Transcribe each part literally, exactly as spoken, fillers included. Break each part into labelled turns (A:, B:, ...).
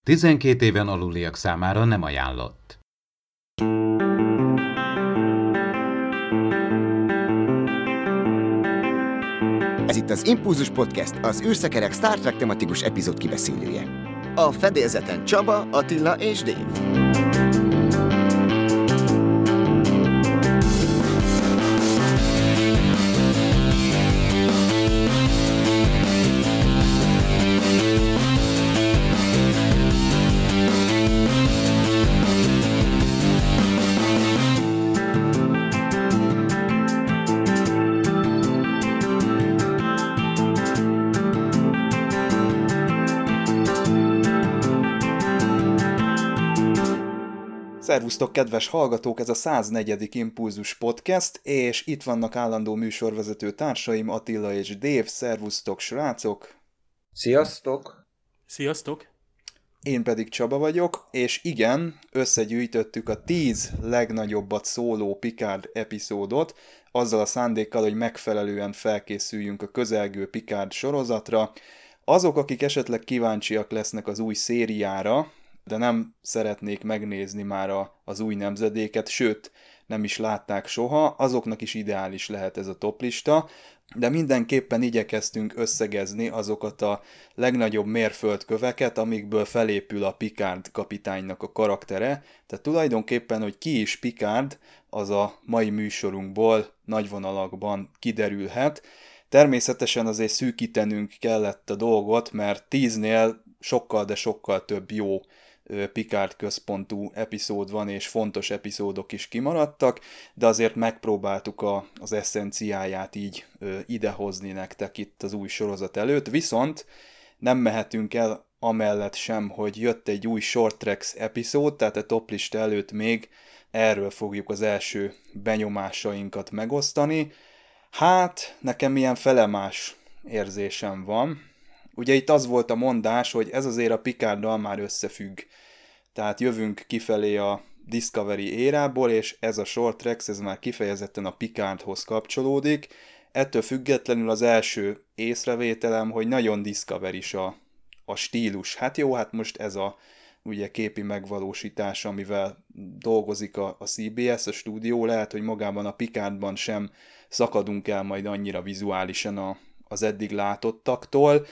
A: tizenkét éven aluliak számára nem ajánlott.
B: Ez itt az Impulzus Podcast, az űrszekerek Star Trek tematikus epizód kibeszélője. A fedélzeten Csaba, Attila és Dave.
C: Szervusztok, kedves hallgatók! Ez a száznegyedik Impulzus Podcast, és itt vannak állandó műsorvezető társaim, Attila és Dave. Szervusztok, srácok!
D: Sziasztok!
E: Sziasztok!
C: Én pedig Csaba vagyok, és igen, összegyűjtöttük a tíz legnagyobbat szóló Picard epizódot, azzal a szándékkal, hogy megfelelően felkészüljünk a közelgő Picard sorozatra. Azok, akik esetleg kíváncsiak lesznek az új szériára, de nem szeretnék megnézni már a, az új nemzedéket, sőt, nem is látták soha, azoknak is ideális lehet ez a toplista, de mindenképpen igyekeztünk összegezni azokat a legnagyobb mérföldköveket, amikből felépül a Picard kapitánynak a karaktere, tehát tulajdonképpen, hogy ki is Picard, az a mai műsorunkból nagy vonalakban kiderülhet. Természetesen azért szűkítenünk kellett a dolgot, mert tíznél sokkal, de sokkal több jó Picard központú epizód van, és fontos epizódok is kimaradtak, de azért megpróbáltuk a, az eszenciáját így ö, idehozni nektek itt az új sorozat előtt, viszont nem mehetünk el amellett sem, hogy jött egy új Short Tracks epizód, tehát a toplista előtt még erről fogjuk az első benyomásainkat megosztani. Hát, nekem ilyen felemás érzésem van. Ugye itt az volt a mondás, hogy ez azért a Picarddal már összefügg. Tehát jövünk kifelé a Discovery érából, és ez a Short Tracks, ez már kifejezetten a Picardhoz kapcsolódik. Ettől függetlenül az első észrevételem, hogy nagyon Discovery-s a, a stílus. Hát jó, hát most ez a ugye képi megvalósítás, amivel dolgozik a, a cé bé es, a stúdió, lehet, hogy magában a Picardban sem szakadunk el majd annyira vizuálisan a, az eddig látottaktól,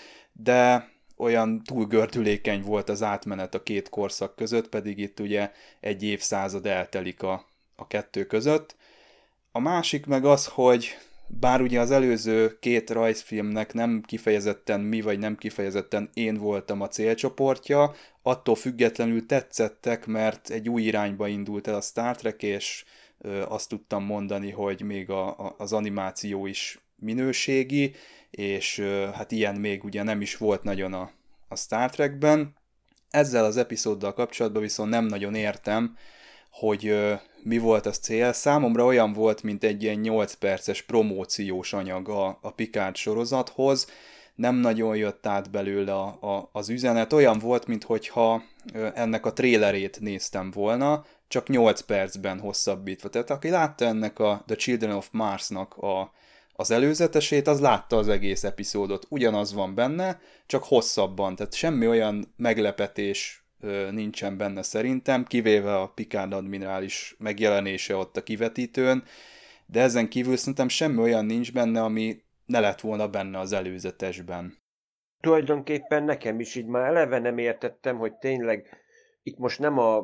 C: de olyan túl gördülékeny volt az átmenet a két korszak között, pedig itt ugye egy évszázad eltelik a, a kettő között. A másik meg az, hogy bár ugye az előző két rajzfilmnek nem kifejezetten mi, vagy nem kifejezetten én voltam a célcsoportja, attól függetlenül tetszettek, mert egy új irányba indult el a Star Trek, és ö, azt tudtam mondani, hogy még a, a, az animáció is minőségi, és ö, hát ilyen még ugye nem is volt nagyon a, a Star Trekben. Ezzel az epizóddal kapcsolatban viszont nem nagyon értem, hogy ö, mi volt az cél. Számomra olyan volt, mint egy ilyen nyolc perces promóciós anyag a, a Picard sorozathoz. Nem nagyon jött át belőle a, a, az üzenet. Olyan volt, minthogyha ennek a trélerét néztem volna, csak nyolc percben hosszabbítva. Tehát aki látta ennek a The Children of Mars-nak a, az előzetesét, az látta az egész epizódot. Ugyanaz van benne, csak hosszabban. Tehát semmi olyan meglepetés nincsen benne szerintem, kivéve a Picard admirális megjelenése ott a kivetítőn, de ezen kívül szerintem semmi olyan nincs benne, ami ne lett volna benne az előzetesben.
D: Tulajdonképpen nekem is így már eleve nem értettem, hogy tényleg itt most nem a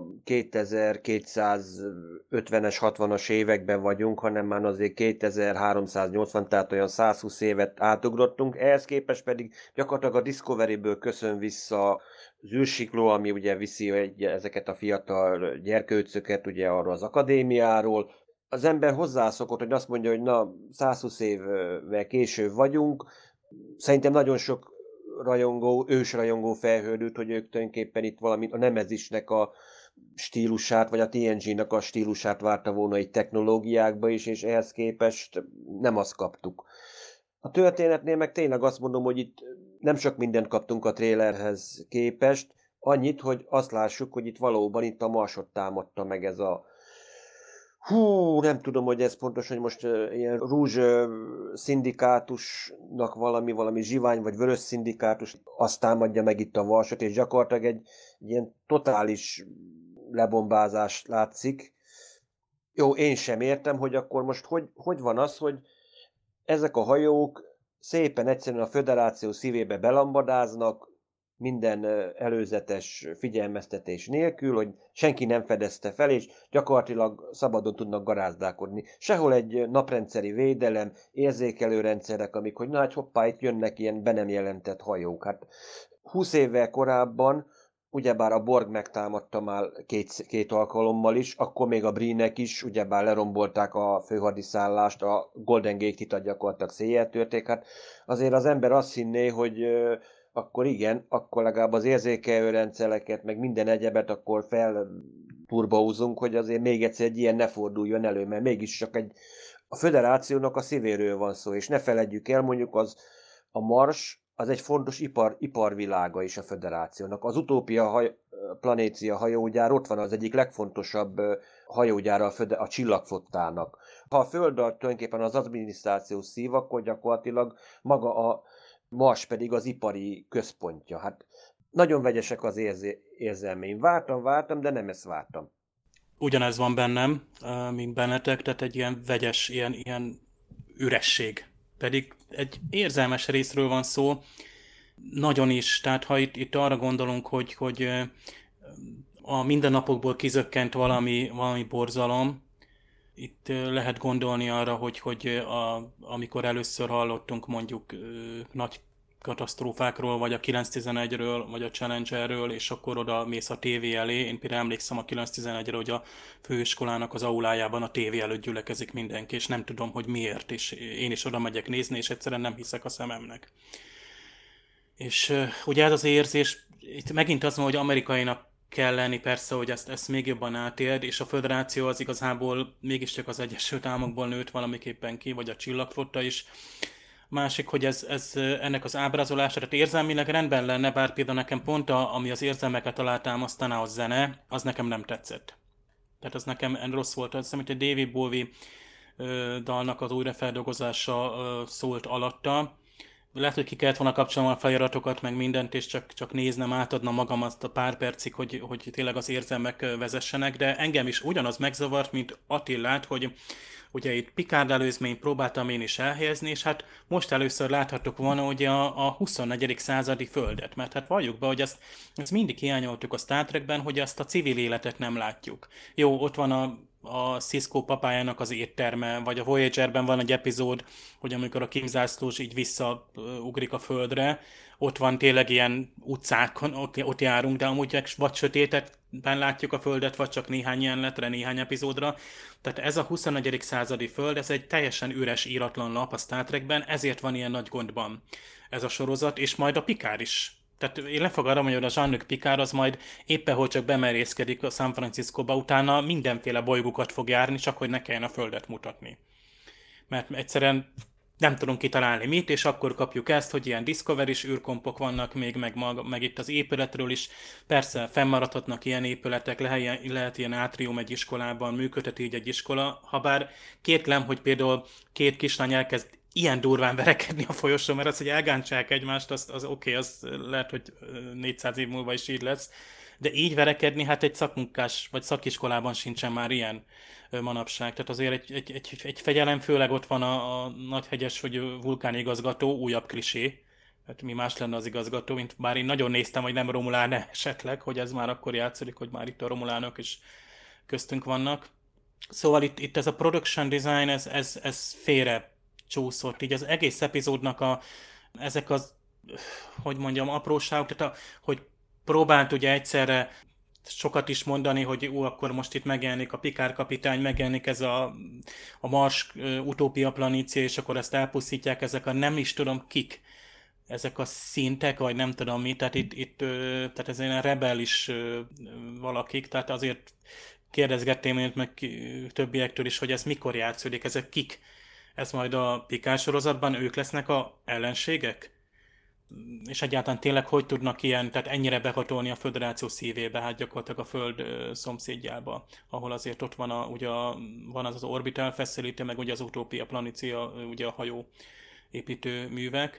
D: kétezer-kétszázötvenes, hatvanas években vagyunk, hanem már azért kétezer-háromszáznyolcvan, tehát olyan százhúsz évet átugrottunk, ehhez képest pedig gyakorlatilag a Discoveryből köszön vissza az űrsikló, ami ugye viszi egy, ezeket a fiatal gyerkőcöket ugye arra az akadémiáról. Az ember hozzászokott, hogy azt mondja, hogy na, százhúsz évvel később vagyunk. Szerintem nagyon sok rajongó, ősrajongó felhődült, hogy ők tulajdonképpen itt valami a Nemezisnek a stílusát, vagy a té en gé-nak a stílusát várta volna egy technológiákba is, és ehhez képest nem azt kaptuk. A történetnél meg tényleg azt mondom, hogy itt nem sok mindent kaptunk a trélerhez képest, annyit, hogy azt lássuk, hogy itt valóban itt a Marsot támadta meg ez a Hú, nem tudom, hogy ez pontos, hogy most uh, ilyen rúzs uh, szindikátusnak valami, valami zsivány, vagy vörös szindikátus, azt támadja meg itt a Varsót, és gyakorlatilag egy, egy ilyen totális lebombázás látszik. Jó, én sem értem, hogy akkor most hogy, hogy van az, hogy ezek a hajók szépen egyszerűen a föderáció szívébe belambadáznak, minden előzetes figyelmeztetés nélkül, hogy senki nem fedezte fel, és gyakorlatilag szabadon tudnak garázdálkodni. Sehol egy naprendszeri védelem, érzékelő rendszerek, amik, hogy na hát hoppá, itt jönnek ilyen be nem jelentett hajók. Hát húsz évvel korábban, ugyebár a Borg megtámadta már két, két alkalommal is, akkor még a Brínek is, ugyebár lerombolták a főhadiszállást, a Golden Gate-it gyakorlatilag széjjel törték. Hát azért az ember azt hinné, hogy akkor igen, akkor legalább az érzékelő rendszereket, meg minden egyebet akkor felturbaúzunk, hogy azért még egyszer egy ilyen ne forduljon elő, mert mégis csak egy, a föderációnak a szívéről van szó, és ne feledjük el, mondjuk az a Mars, az egy fontos ipar, iparvilága is a föderációnak. Az Utópia haj, Planécia hajógyár ott van az egyik legfontosabb hajógyára a, föde, a csillagflottának. Ha a Föld tulajdonképpen az adminisztráció szív, akkor gyakorlatilag maga a Mars pedig az ipari központja. Hát nagyon vegyesek az érzé- érzelmeim. Vártam, vártam, de nem ezt vártam.
E: Ugyanez van bennem, mint bennetek, tehát egy ilyen vegyes, ilyen, ilyen üresség. Pedig egy érzelmes részről van szó, nagyon is, tehát ha itt, itt arra gondolunk, hogy, hogy a mindennapokból kizökkent valami, valami borzalom, itt lehet gondolni arra, hogy, hogy a, amikor először hallottunk mondjuk nagy katasztrófákról, vagy a kilenc tizenegyről, vagy a Challengerről, és akkor oda mész a tévé elé. Én például emlékszem a kilenc tizenegyre, hogy a főiskolának az aulájában a tévé előtt gyülekezik mindenki, és nem tudom, hogy miért, és én is oda megyek nézni, és egyszerűen nem hiszek a szememnek. És uh, ugye ez az érzés, itt megint az van, hogy amerikainak kell lenni persze, hogy ezt, ezt még jobban átéld, és a föderáció az igazából mégiscsak az Egyesült Államokból nőtt valamiképpen ki, vagy a csillagflotta is. Másik, hogy ez, ez ennek az ábrázolása, tehát érzelmileg rendben lenne, bár például nekem pont a, ami az érzelmeket alátámasztaná, a zene, az nekem nem tetszett. Tehát az nekem rossz volt. Azt hiszem, hogy a David Bowie ö, dalnak az újrafeldolgozása ö, szólt alatta. Lehet, hogy ki kellett volna kapcsolnom a feliratokat, meg mindent, és csak, csak néznem, átadnom magam azt a pár percig, hogy, hogy tényleg az érzelmek vezessenek, de engem is ugyanaz megzavart, mint Attillát, hogy ugye itt Picard előzményt próbáltam én is elhelyezni, és hát most először láthattuk volna ugye a, a huszonnegyedik századi földet, mert hát valljuk be, hogy ezt, ezt mindig hiányoltuk a Star Trekben, hogy ezt a civil életet nem látjuk. Jó, ott van a a Sisko papájának az étterme, vagy a Voyagerben van egy epizód, hogy amikor a Kim zászlós így visszaugrik a földre, ott van tényleg ilyen utcákon, ott, ott járunk, de amúgy vagy sötétetben látjuk a földet, vagy csak néhány jelenetre, néhány epizódra. Tehát ez a huszonnegyedik századi föld, ez egy teljesen üres, íratlan lap a Star Trekben, ezért van ilyen nagy gondban ez a sorozat, és majd a Picard is. Tehát én lefogadom, hogy a Jean-Luc Picard az majd éppen, hogy csak bemerészkedik a San Franciscóba, utána mindenféle bolygókat fog járni, csak hogy ne kelljen a Földet mutatni. Mert egyszerűen nem tudunk kitalálni mit, és akkor kapjuk ezt, hogy ilyen Discovery-s űrkompok vannak még, meg, meg itt az épületről is. Persze fennmaradhatnak ilyen épületek, lehet, lehet ilyen átrium egy iskolában, működhet így egy iskola, habár kétlem, hogy például két kislány elkezd ilyen durván verekedni a folyosón, mert az, hogy elgántsák egymást, az, az oké, okay, az lehet, hogy négyszáz év múlva is így lesz, de így verekedni, hát egy szakmunkás vagy szakiskolában sincsen már ilyen manapság. Tehát azért egy, egy, egy, egy fegyelem, főleg ott van a, a nagyhegyes vagy vulkánigazgató, újabb klisé, hát mi más lenne az igazgató, mint bár én nagyon néztem, hogy nem Romulán esetleg, hogy ez már akkor játszik, hogy már itt a Romulánok is köztünk vannak. Szóval itt, itt ez a production design, ez, ez, ez félre csúszott. Így az egész epizódnak a, ezek az, hogy mondjam, apróságok, tehát a, hogy próbált ugye egyszerre sokat is mondani, hogy ú, akkor most itt megjelenik a Picard kapitány, megjelenik ez a, a Mars Utópia Planícia, és akkor ezt elpusztítják, ezek a nem is tudom kik, ezek a szintek, vagy nem tudom mi, tehát itt, itt tehát ez egy rebelis valakik, tehát azért kérdezgettem én meg többiektől is, hogy ez mikor játszódik, ezek kik? Ez majd a Picard sorozatban ők lesznek a ellenségek? és egyáltalán tényleg hogy tudnak ilyen, tehát ennyire behatolni a föderáció szívébe, hát gyakorlatilag a Föld szomszédjába, ahol azért ott van, a, ugye a, van az az Orbital Facility, meg ugye az Utopia Planitia, ugye a hajó építő művek.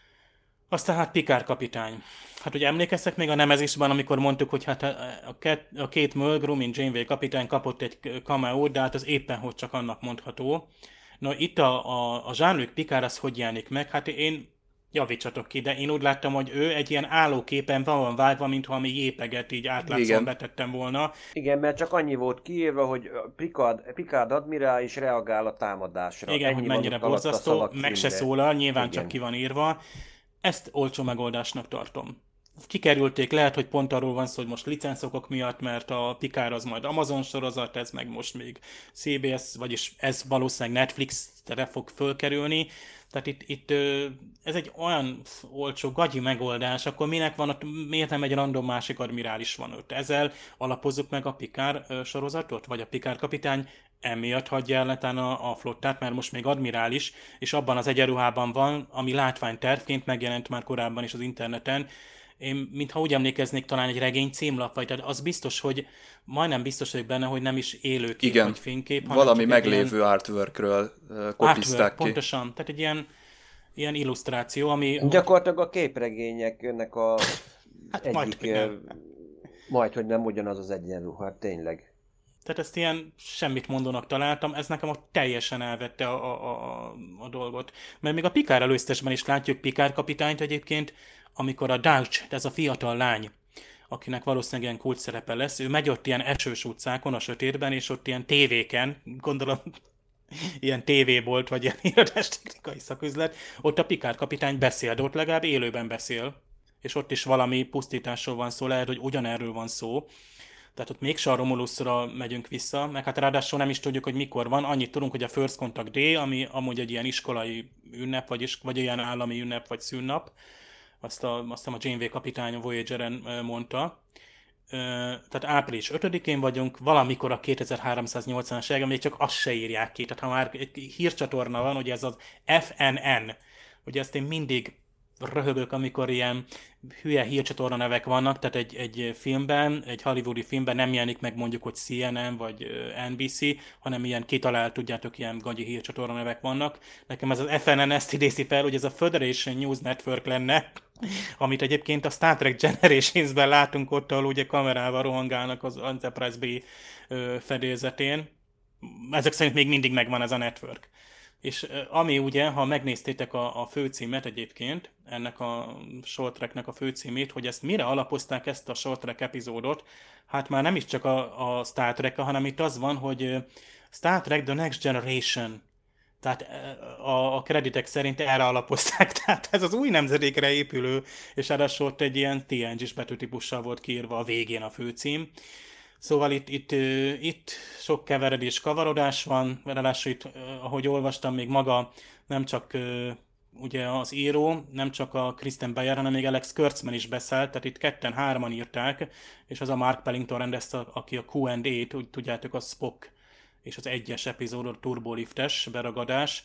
E: Aztán hát Picard kapitány. Hát ugye emlékeztek még a Nemezisben, amikor mondtuk, hogy hát a, két, a két Mulgrew, mint Janeway kapitány kapott egy cameo-t, de hát az éppen hogy csak annak mondható. No, itt a, a, a Jean-Luc Picard az hogy jelenik meg? Hát én, javítsatok ki, de én úgy láttam, hogy ő egy ilyen állóképen van vágva, mintha ami jépeget így átlátszóan betettem volna.
D: Igen, mert csak annyi volt kiírva, hogy Picard, Picard admirál is reagál a támadásra.
E: Igen,
D: ennyi
E: hogy mennyire borzasztó, meg se szólal, nyilván
D: igen.
E: Csak ki van írva. Ezt olcsó megoldásnak tartom. Kikerülték, lehet, hogy pont arról van szó, hogy most licenszokok miatt, mert a Picard az majd Amazon sorozat, ez meg most még cé bé es, vagyis ez valószínűleg Netflixre fog fölkerülni. Tehát itt, itt ez egy olyan olcsó, gagyi megoldás, akkor minek van ott, miért nem egy random másik admirális van ott? Ezzel alapozzuk meg a Picard sorozatot, vagy a Picard kapitány emiatt hagyja el letán a, a flottát, mert most még admirális, és abban az egyenruhában van, ami látványtervként megjelent már korábban is az interneten. Én, mintha úgy emlékeznék, talán egy regény címlap, vagy tehát az biztos, hogy majdnem biztos vagyok benne, hogy nem is élőkép
C: igen,
E: vagy fénykép.
C: valami meglévő ilyen... artworkről uh, kopizták
E: artwork,
C: ki.
E: Pontosan, tehát egy ilyen, ilyen illusztráció, ami...
D: Gyakorlatilag a képregényeknek a
E: hát
D: egyik,
E: majd,
D: majd, hogy nem ugyanaz az egyenruha, hát tényleg.
E: Tehát ezt ilyen semmit mondónak találtam, ez nekem ott teljesen elvette a, a, a, a dolgot. Mert még a Picard előztesben is látjuk Picard kapitányt egyébként, amikor a Dutch, ez a fiatal lány, akinek valószínűleg ilyen kult szerepe lesz, ő megy ott ilyen esős utcákon a sötétben, és ott ilyen tévéken, gondolom ilyen tévébolt, vagy ilyen irodástechnikai szaküzlet, ott a Picard kapitány beszél, de ott legalább élőben beszél, és ott is valami pusztításról van szó, lehet, hogy ugyanerről van szó. Tehát ott mégse a Romulusra megyünk vissza, meg hát ráadásul nem is tudjuk, hogy mikor van. Annyit tudunk, hogy a First Contact Day, ami amúgy egy ilyen iskolai ünnep, vagy, is, vagy ilyen állami ünnep, vagy szünnap. Azt a, azt a Janeway kapitány a Voyager-en mondta. Tehát április ötödikén vagyunk, valamikor a kétezer-háromszáznyolcvanas években, még csak azt se írják ki. Tehát ha már egy hírcsatorna van, ugye ez az ef en en, ugye ezt én mindig röhögök, amikor ilyen hülye hírcsatorna nevek vannak, tehát egy, egy filmben, egy hollywoodi filmben nem jelenik meg mondjuk, hogy cé en en vagy en bé cé, hanem ilyen kitalált, tudjátok, ilyen gagyi hírcsatorna nevek vannak. Nekem ez az ef en en ezt idézi fel, hogy ez a Federation News Network lenne, amit egyébként a Star Trek Generationsben látunk ott, ahol ugye kamerával rohangálnak az Enterprise B fedélzetén. Ezek szerint még mindig megvan ez a network. És ami ugye, ha megnéztétek a, a főcímet egyébként, ennek a short tracknek a főcímét, hogy ezt mire alapozták ezt a short track epizódot, hát már nem is csak a, a Star Trek, hanem itt az van, hogy Star Trek The Next Generation. Tehát a, a kreditek szerint erre alapozták, tehát ez az új nemzedékre épülő, és ráadásul ott egy ilyen té en gés betűtípussal volt kiírva a végén a főcím. Szóval itt, itt, itt sok keveredés, kavarodás van, ráadásul itt, ahogy olvastam, még maga nem csak ugye az író, nem csak a Kristen Beyer, hanem még Alex Kurtzman is beszélt, tehát itt ketten-hárman írták, és az a Mark Pellington rendezte, aki a kú és á-t, úgy tudjátok, a Spock és az egyes epizódot, turboliftes beragadás.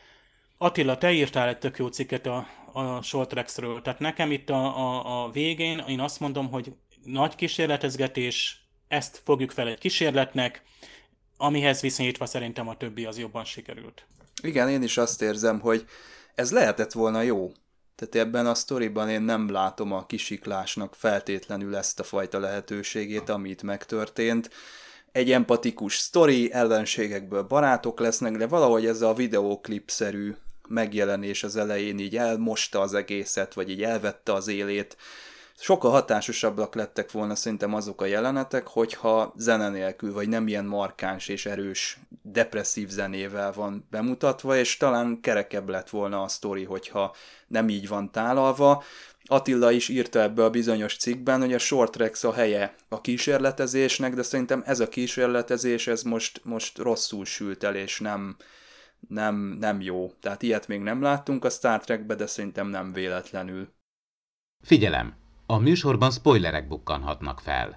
E: Attila, te írtál egy tök jó cikket a, a Short Tracks-ről, tehát nekem itt a, a, a végén én azt mondom, hogy nagy kísérletezgetés, ezt fogjuk fel egy kísérletnek, amihez viszonyítva szerintem a többi az jobban sikerült.
C: Igen, én is azt érzem, hogy ez lehetett volna jó. Tehát ebben a sztoriban én nem látom a kisiklásnak feltétlenül ezt a fajta lehetőségét, amit megtörtént. Egy empatikus sztori, ellenségekből barátok lesznek, de valahogy ez a videóklipszerű megjelenés az elején így elmosta az egészet, vagy így elvette az élét. Sokkal hatásosabbak lettek volna szerintem azok a jelenetek, hogyha zene nélkül, vagy nem ilyen markáns és erős, depresszív zenével van bemutatva, és talán kerekebb lett volna a sztori, hogyha nem így van tálalva. Attila is írta ebbe a bizonyos cikkben, hogy a Short Tracks a helye a kísérletezésnek, de szerintem ez a kísérletezés, ez most, most rosszul sült el, és nem, nem, nem jó. Tehát ilyet még nem láttunk a Star Trekbe, de szerintem nem véletlenül.
A: Figyelem! A műsorban spoilerek bukkanhatnak fel.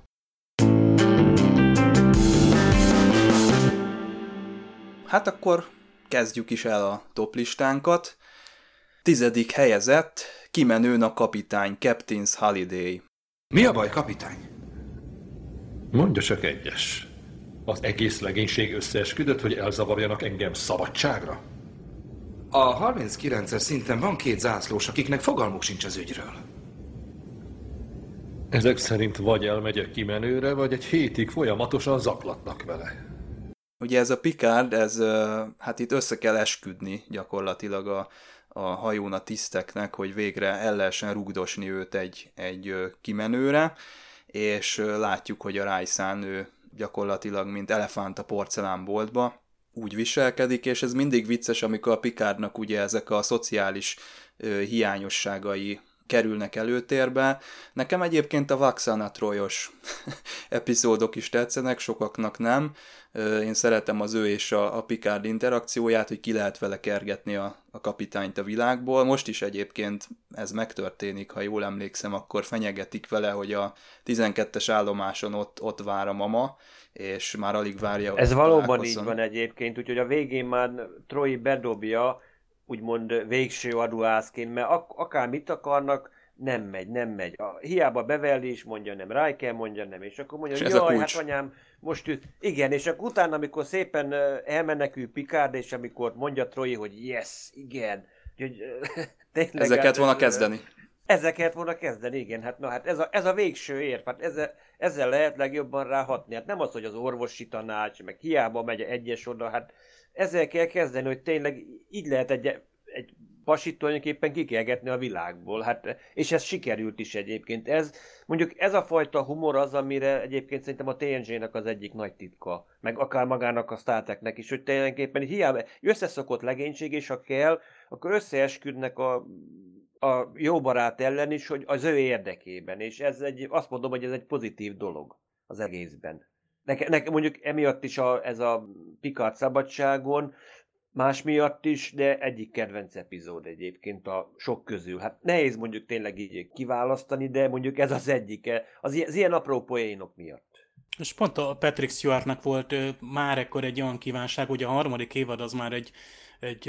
C: Hát akkor kezdjük is el a toplistánkat. Tizedik helyezett kimenőn a kapitány, Captain's Holiday.
F: Mi a baj, kapitány?
G: Mondja csak egyes. Az egész legénység összeesküdött, hogy elzavarjanak engem szabadságra?
F: A harminckilences szinten van két zászlós, akiknek fogalmuk sincs az ügyről.
G: Ezek szerint vagy elmegyek kimenőre, vagy egy hétig folyamatosan zaklatnak vele.
C: Ugye ez a Picard, ez, hát itt össze kell esküdni gyakorlatilag a, a hajón a tiszteknek, hogy végre el lehessen rugdosni őt egy, egy kimenőre, és látjuk, hogy a Raisán ő gyakorlatilag, mint elefánt a porcelánboltba úgy viselkedik, és ez mindig vicces, amikor a Picardnak ugye ezek a szociális ö, hiányosságai kerülnek előtérbe. Nekem egyébként a Vaxana Troyos epizódok is tetszenek, sokaknak nem. Én szeretem az ő és a, a Picard interakcióját, hogy ki lehet vele kergetni a, a kapitányt a világból. Most is egyébként ez megtörténik, ha jól emlékszem, akkor fenyegetik vele, hogy a tizenkettes állomáson ott, ott vár a mama, és már alig várja, hogy
D: ez valóban
C: találkozzon.
D: így van egyébként, úgyhogy a végén már Troy bedobja, úgymond végső aduászként, mert ak- akár mit akarnak, nem megy, nem megy. A, hiába Beverly is mondja nem, Riker mondja nem, és akkor mondja,
C: és
D: jaj, hát anyám, most ő... Igen, és akkor utána, amikor szépen elmenekül Picard, és amikor mondja Troy, hogy yes, igen, hogy tényleg...
C: Ezeket volna kezdeni.
D: Ezeket volna kezdeni, igen, hát na hát ez a, ez a végső érv, hát ezzel, ezzel lehet legjobban ráhatni, hát nem az, hogy az orvosi tanács, meg hiába megy egyes oda, hát ezzel kell kezdeni, hogy tényleg így lehet egy, egy pasit tulajdonképpen kikergetni a világból, hát, és ez sikerült is egyébként. Ez, mondjuk ez a fajta humor az, amire egyébként szerintem a té en gé-nek az egyik nagy titka, meg akár magának a Star Treknek is, hogy tulajdonképpen hiába összeszokott legénység, és ha kell, akkor összeesküdnek a a jó barát ellen is, hogy az ő érdekében, és ez egy, azt mondom, hogy ez egy pozitív dolog az egészben. Nekem neke, mondjuk emiatt is a, ez a Picard szabadságon, más miatt is, de egyik kedvenc epizód egyébként a sok közül. Hát nehéz mondjuk tényleg így kiválasztani, de mondjuk ez az egyik, az, az ilyen apró poénok miatt.
E: És pont a Patrick Stewartnak volt már ekkor egy olyan kívánság, hogy a harmadik évad az már egy Egy,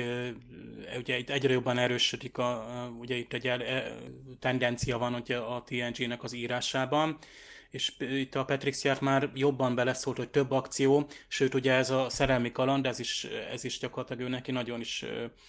E: ugye itt egyre jobban erősödik, a, ugye itt egy el, tendencia van ugye a té en gé-nek az írásában, és itt a Patrick Stewart már jobban beleszólt, hogy több akció, sőt ugye ez a szerelmi kaland, ez is, ez is gyakorlatilag ő neki nagyon is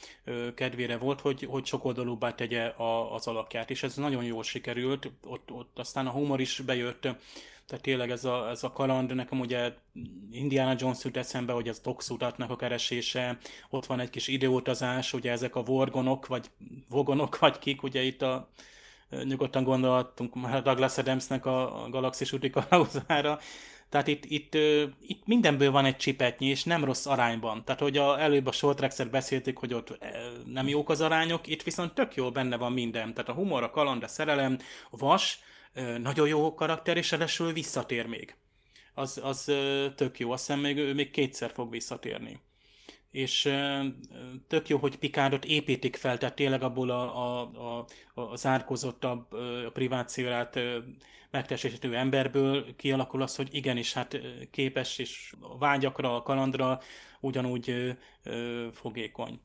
E: kedvére volt, hogy, hogy sokoldalúbbá tegye a, az alakját, és ez nagyon jól sikerült, ott, ott aztán a humor is bejött. Tehát tényleg ez a, ez a kaland, nekem ugye Indiana Jones jut eszembe, hogy ez Dox-utatnak a keresése, ott van egy kis időutazás, ugye ezek a vorgonok, vagy vogonok, vagy kik, ugye itt a nyugodtan gondolhatunk már Douglas Adamsnek a, a Galaxis úti kalauzára. Tehát itt, itt, itt mindenből van egy csipetnyi, és nem rossz arányban. Tehát, hogy a, előbb a Short Tracks-et beszéltük, hogy ott nem jók az arányok, itt viszont tök jól benne van minden. Tehát a humor, a kaland, a szerelem, a vas, nagyon jó karakter, és ráadásul visszatér még. Az, az tök jó, azt hiszem még, ő még kétszer fog visszatérni. És tök jó, hogy Picardot építik fel, tehát tényleg abból a, a, a, a zárkózottabb, a privát szférát megtestesítő emberből kialakul az, hogy igenis, hát képes és a vágyakra, a kalandra ugyanúgy fogékony.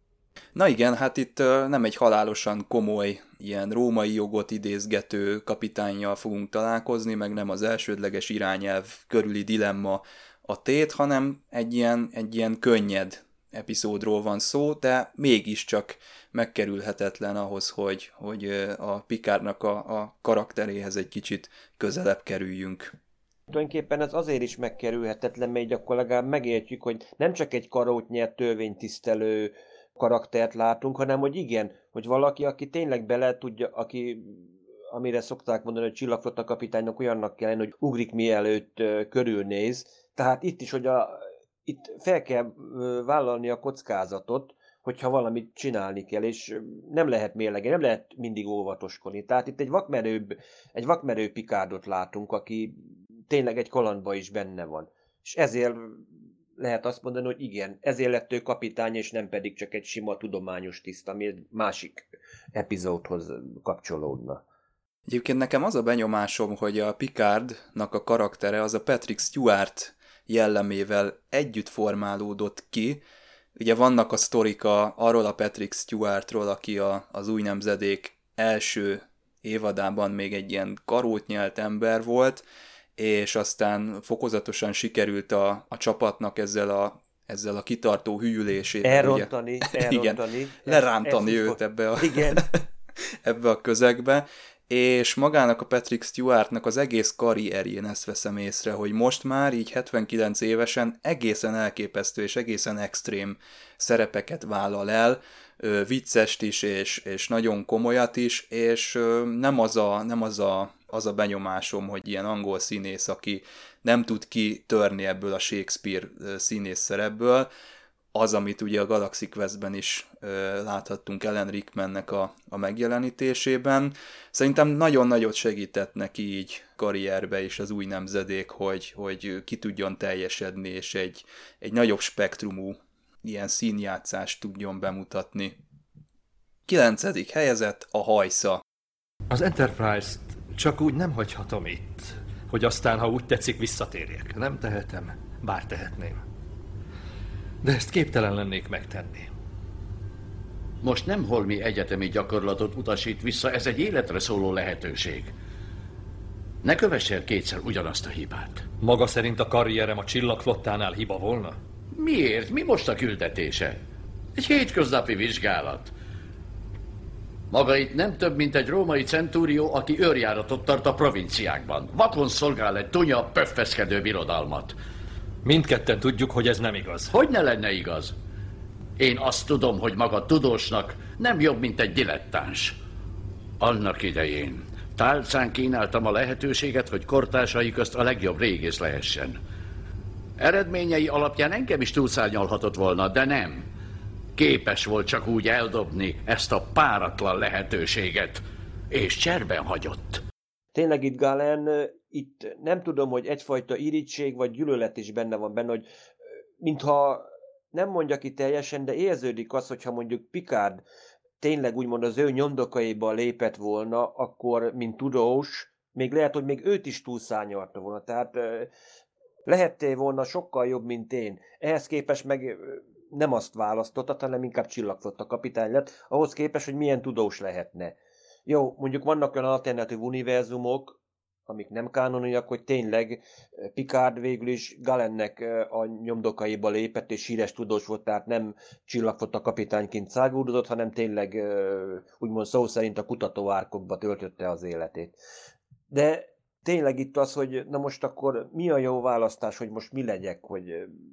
C: Na igen, hát itt nem egy halálosan komoly, ilyen római jogot idézgető kapitánnyal fogunk találkozni, meg nem az elsődleges irányelv körüli dilemma a tét, hanem egy ilyen, egy ilyen könnyed epizódról van szó, de mégiscsak megkerülhetetlen ahhoz, hogy, hogy a Picardnak a, a karakteréhez egy kicsit közelebb kerüljünk.
D: Tulajdonképpen ez azért is megkerülhetetlen, mert így akkor legalább megértjük, hogy nem csak egy karótnyert törvénytisztelő karaktert látunk, hanem hogy igen, hogy valaki, aki tényleg bele tudja, aki, amire szokták mondani, hogy csillagflotta kapitánynak olyannak kell lenni, hogy ugrik mielőtt uh, körülnéz. Tehát itt is, hogy a, itt fel kell uh, vállalni a kockázatot, hogyha valamit csinálni kell, és nem lehet mérlege, nem lehet mindig óvatoskodni. Tehát itt egy vakmerőbb, egy vakmerő Picardot látunk, aki tényleg egy kalandba is benne van. És ezért lehet azt mondani, hogy igen, ezért lett ő kapitány, és nem pedig csak egy sima tudományos tiszt, ami egy másik epizódhoz kapcsolódna.
C: Egyébként nekem az a benyomásom, hogy a Picardnak a karaktere az a Patrick Stewart jellemével együtt formálódott ki. Ugye vannak a sztorika arról a Patrick Stewartról, aki a, az új nemzedék első évadában még egy ilyen karót nyelt ember volt, és aztán fokozatosan sikerült a, a csapatnak ezzel a, ezzel a kitartó hűlésével.
D: Elrontani,
C: ugye,
D: elrontani.
C: Igen, lerántani ez, ez őt ebbe a,
D: igen.
C: ebbe a közegbe, és magának a Patrick Stewartnak az egész karrierjén ezt veszem észre, hogy most már így hetvenkilenc évesen egészen elképesztő és egészen extrém szerepeket vállal el, viccest is, és, és nagyon komolyat is, és nem az a, nem az a, az a benyomásom, hogy ilyen angol színész, aki nem tud kitörni ebből a Shakespeare színész szerepből, az, amit ugye a Galaxy Questben is ö, láthattunk Alan Rickmannek a, a megjelenítésében. Szerintem nagyon nagyot segített neki így karrierbe is az új nemzedék, hogy, hogy ki tudjon teljesedni, és egy, egy nagyobb spektrumú ilyen színjátszást tudjon bemutatni. Kilencedik helyezett a Hajsza.
G: Az Enterprise-t csak úgy nem hagyhatom itt, hogy aztán, ha úgy tetszik, visszatérjek. Nem tehetem, bár tehetném. De ezt képtelen lennék megtenni.
H: Most nem holmi egyetemi gyakorlatot utasít vissza, ez egy életre szóló lehetőség. Ne kövess el kétszer ugyanazt a hibát.
G: Maga szerint a karrierem a Csillagflottánál hiba volna?
H: Miért? Mi most a küldetése? Egy hétköznapi vizsgálat. Maga itt nem több, mint egy római centúrió, aki őrjáratot tart a provinciákban. Vakon szolgál egy tunya, pöffeszkedő birodalmat.
G: Mindketten tudjuk, hogy ez nem igaz.
H: Hogy ne lenne igaz? Én azt tudom, hogy maga tudósnak nem jobb, mint egy dilettáns. Annak idején tálcán kínáltam a lehetőséget, hogy kortársai közt a legjobb régész lehessen. Eredményei alapján engem is túlszárnyalhatott volna, de nem. Képes volt csak úgy eldobni ezt a páratlan lehetőséget, és cserben hagyott.
D: Tényleg itt Galen, itt nem tudom, hogy egyfajta irigység vagy gyűlölet is benne van benne, hogy mintha nem mondja ki teljesen, de érződik az, hogyha mondjuk Picard tényleg úgymond az ő nyomdokaiba lépett volna, akkor, mint tudós, még lehet, hogy még őt is túlszárnyalta volna. Tehát lehettél volna sokkal jobb, mint én. Ehhez képest meg nem azt választotta, hanem inkább Csillagflotta kapitány lett, ahhoz képest, hogy milyen tudós lehetne. Jó, mondjuk vannak olyan alternatív univerzumok, amik nem kánoniak, hogy tényleg Picard végül is Galennek a nyomdokaiba lépett, és híres tudós volt, tehát nem Csillagflotta kapitányként száguldozott, hanem tényleg úgymond szó szerint a kutatóárkokba töltötte az életét. De tényleg itt az, hogy na most akkor mi a jó választás, hogy most mi legyek, hogy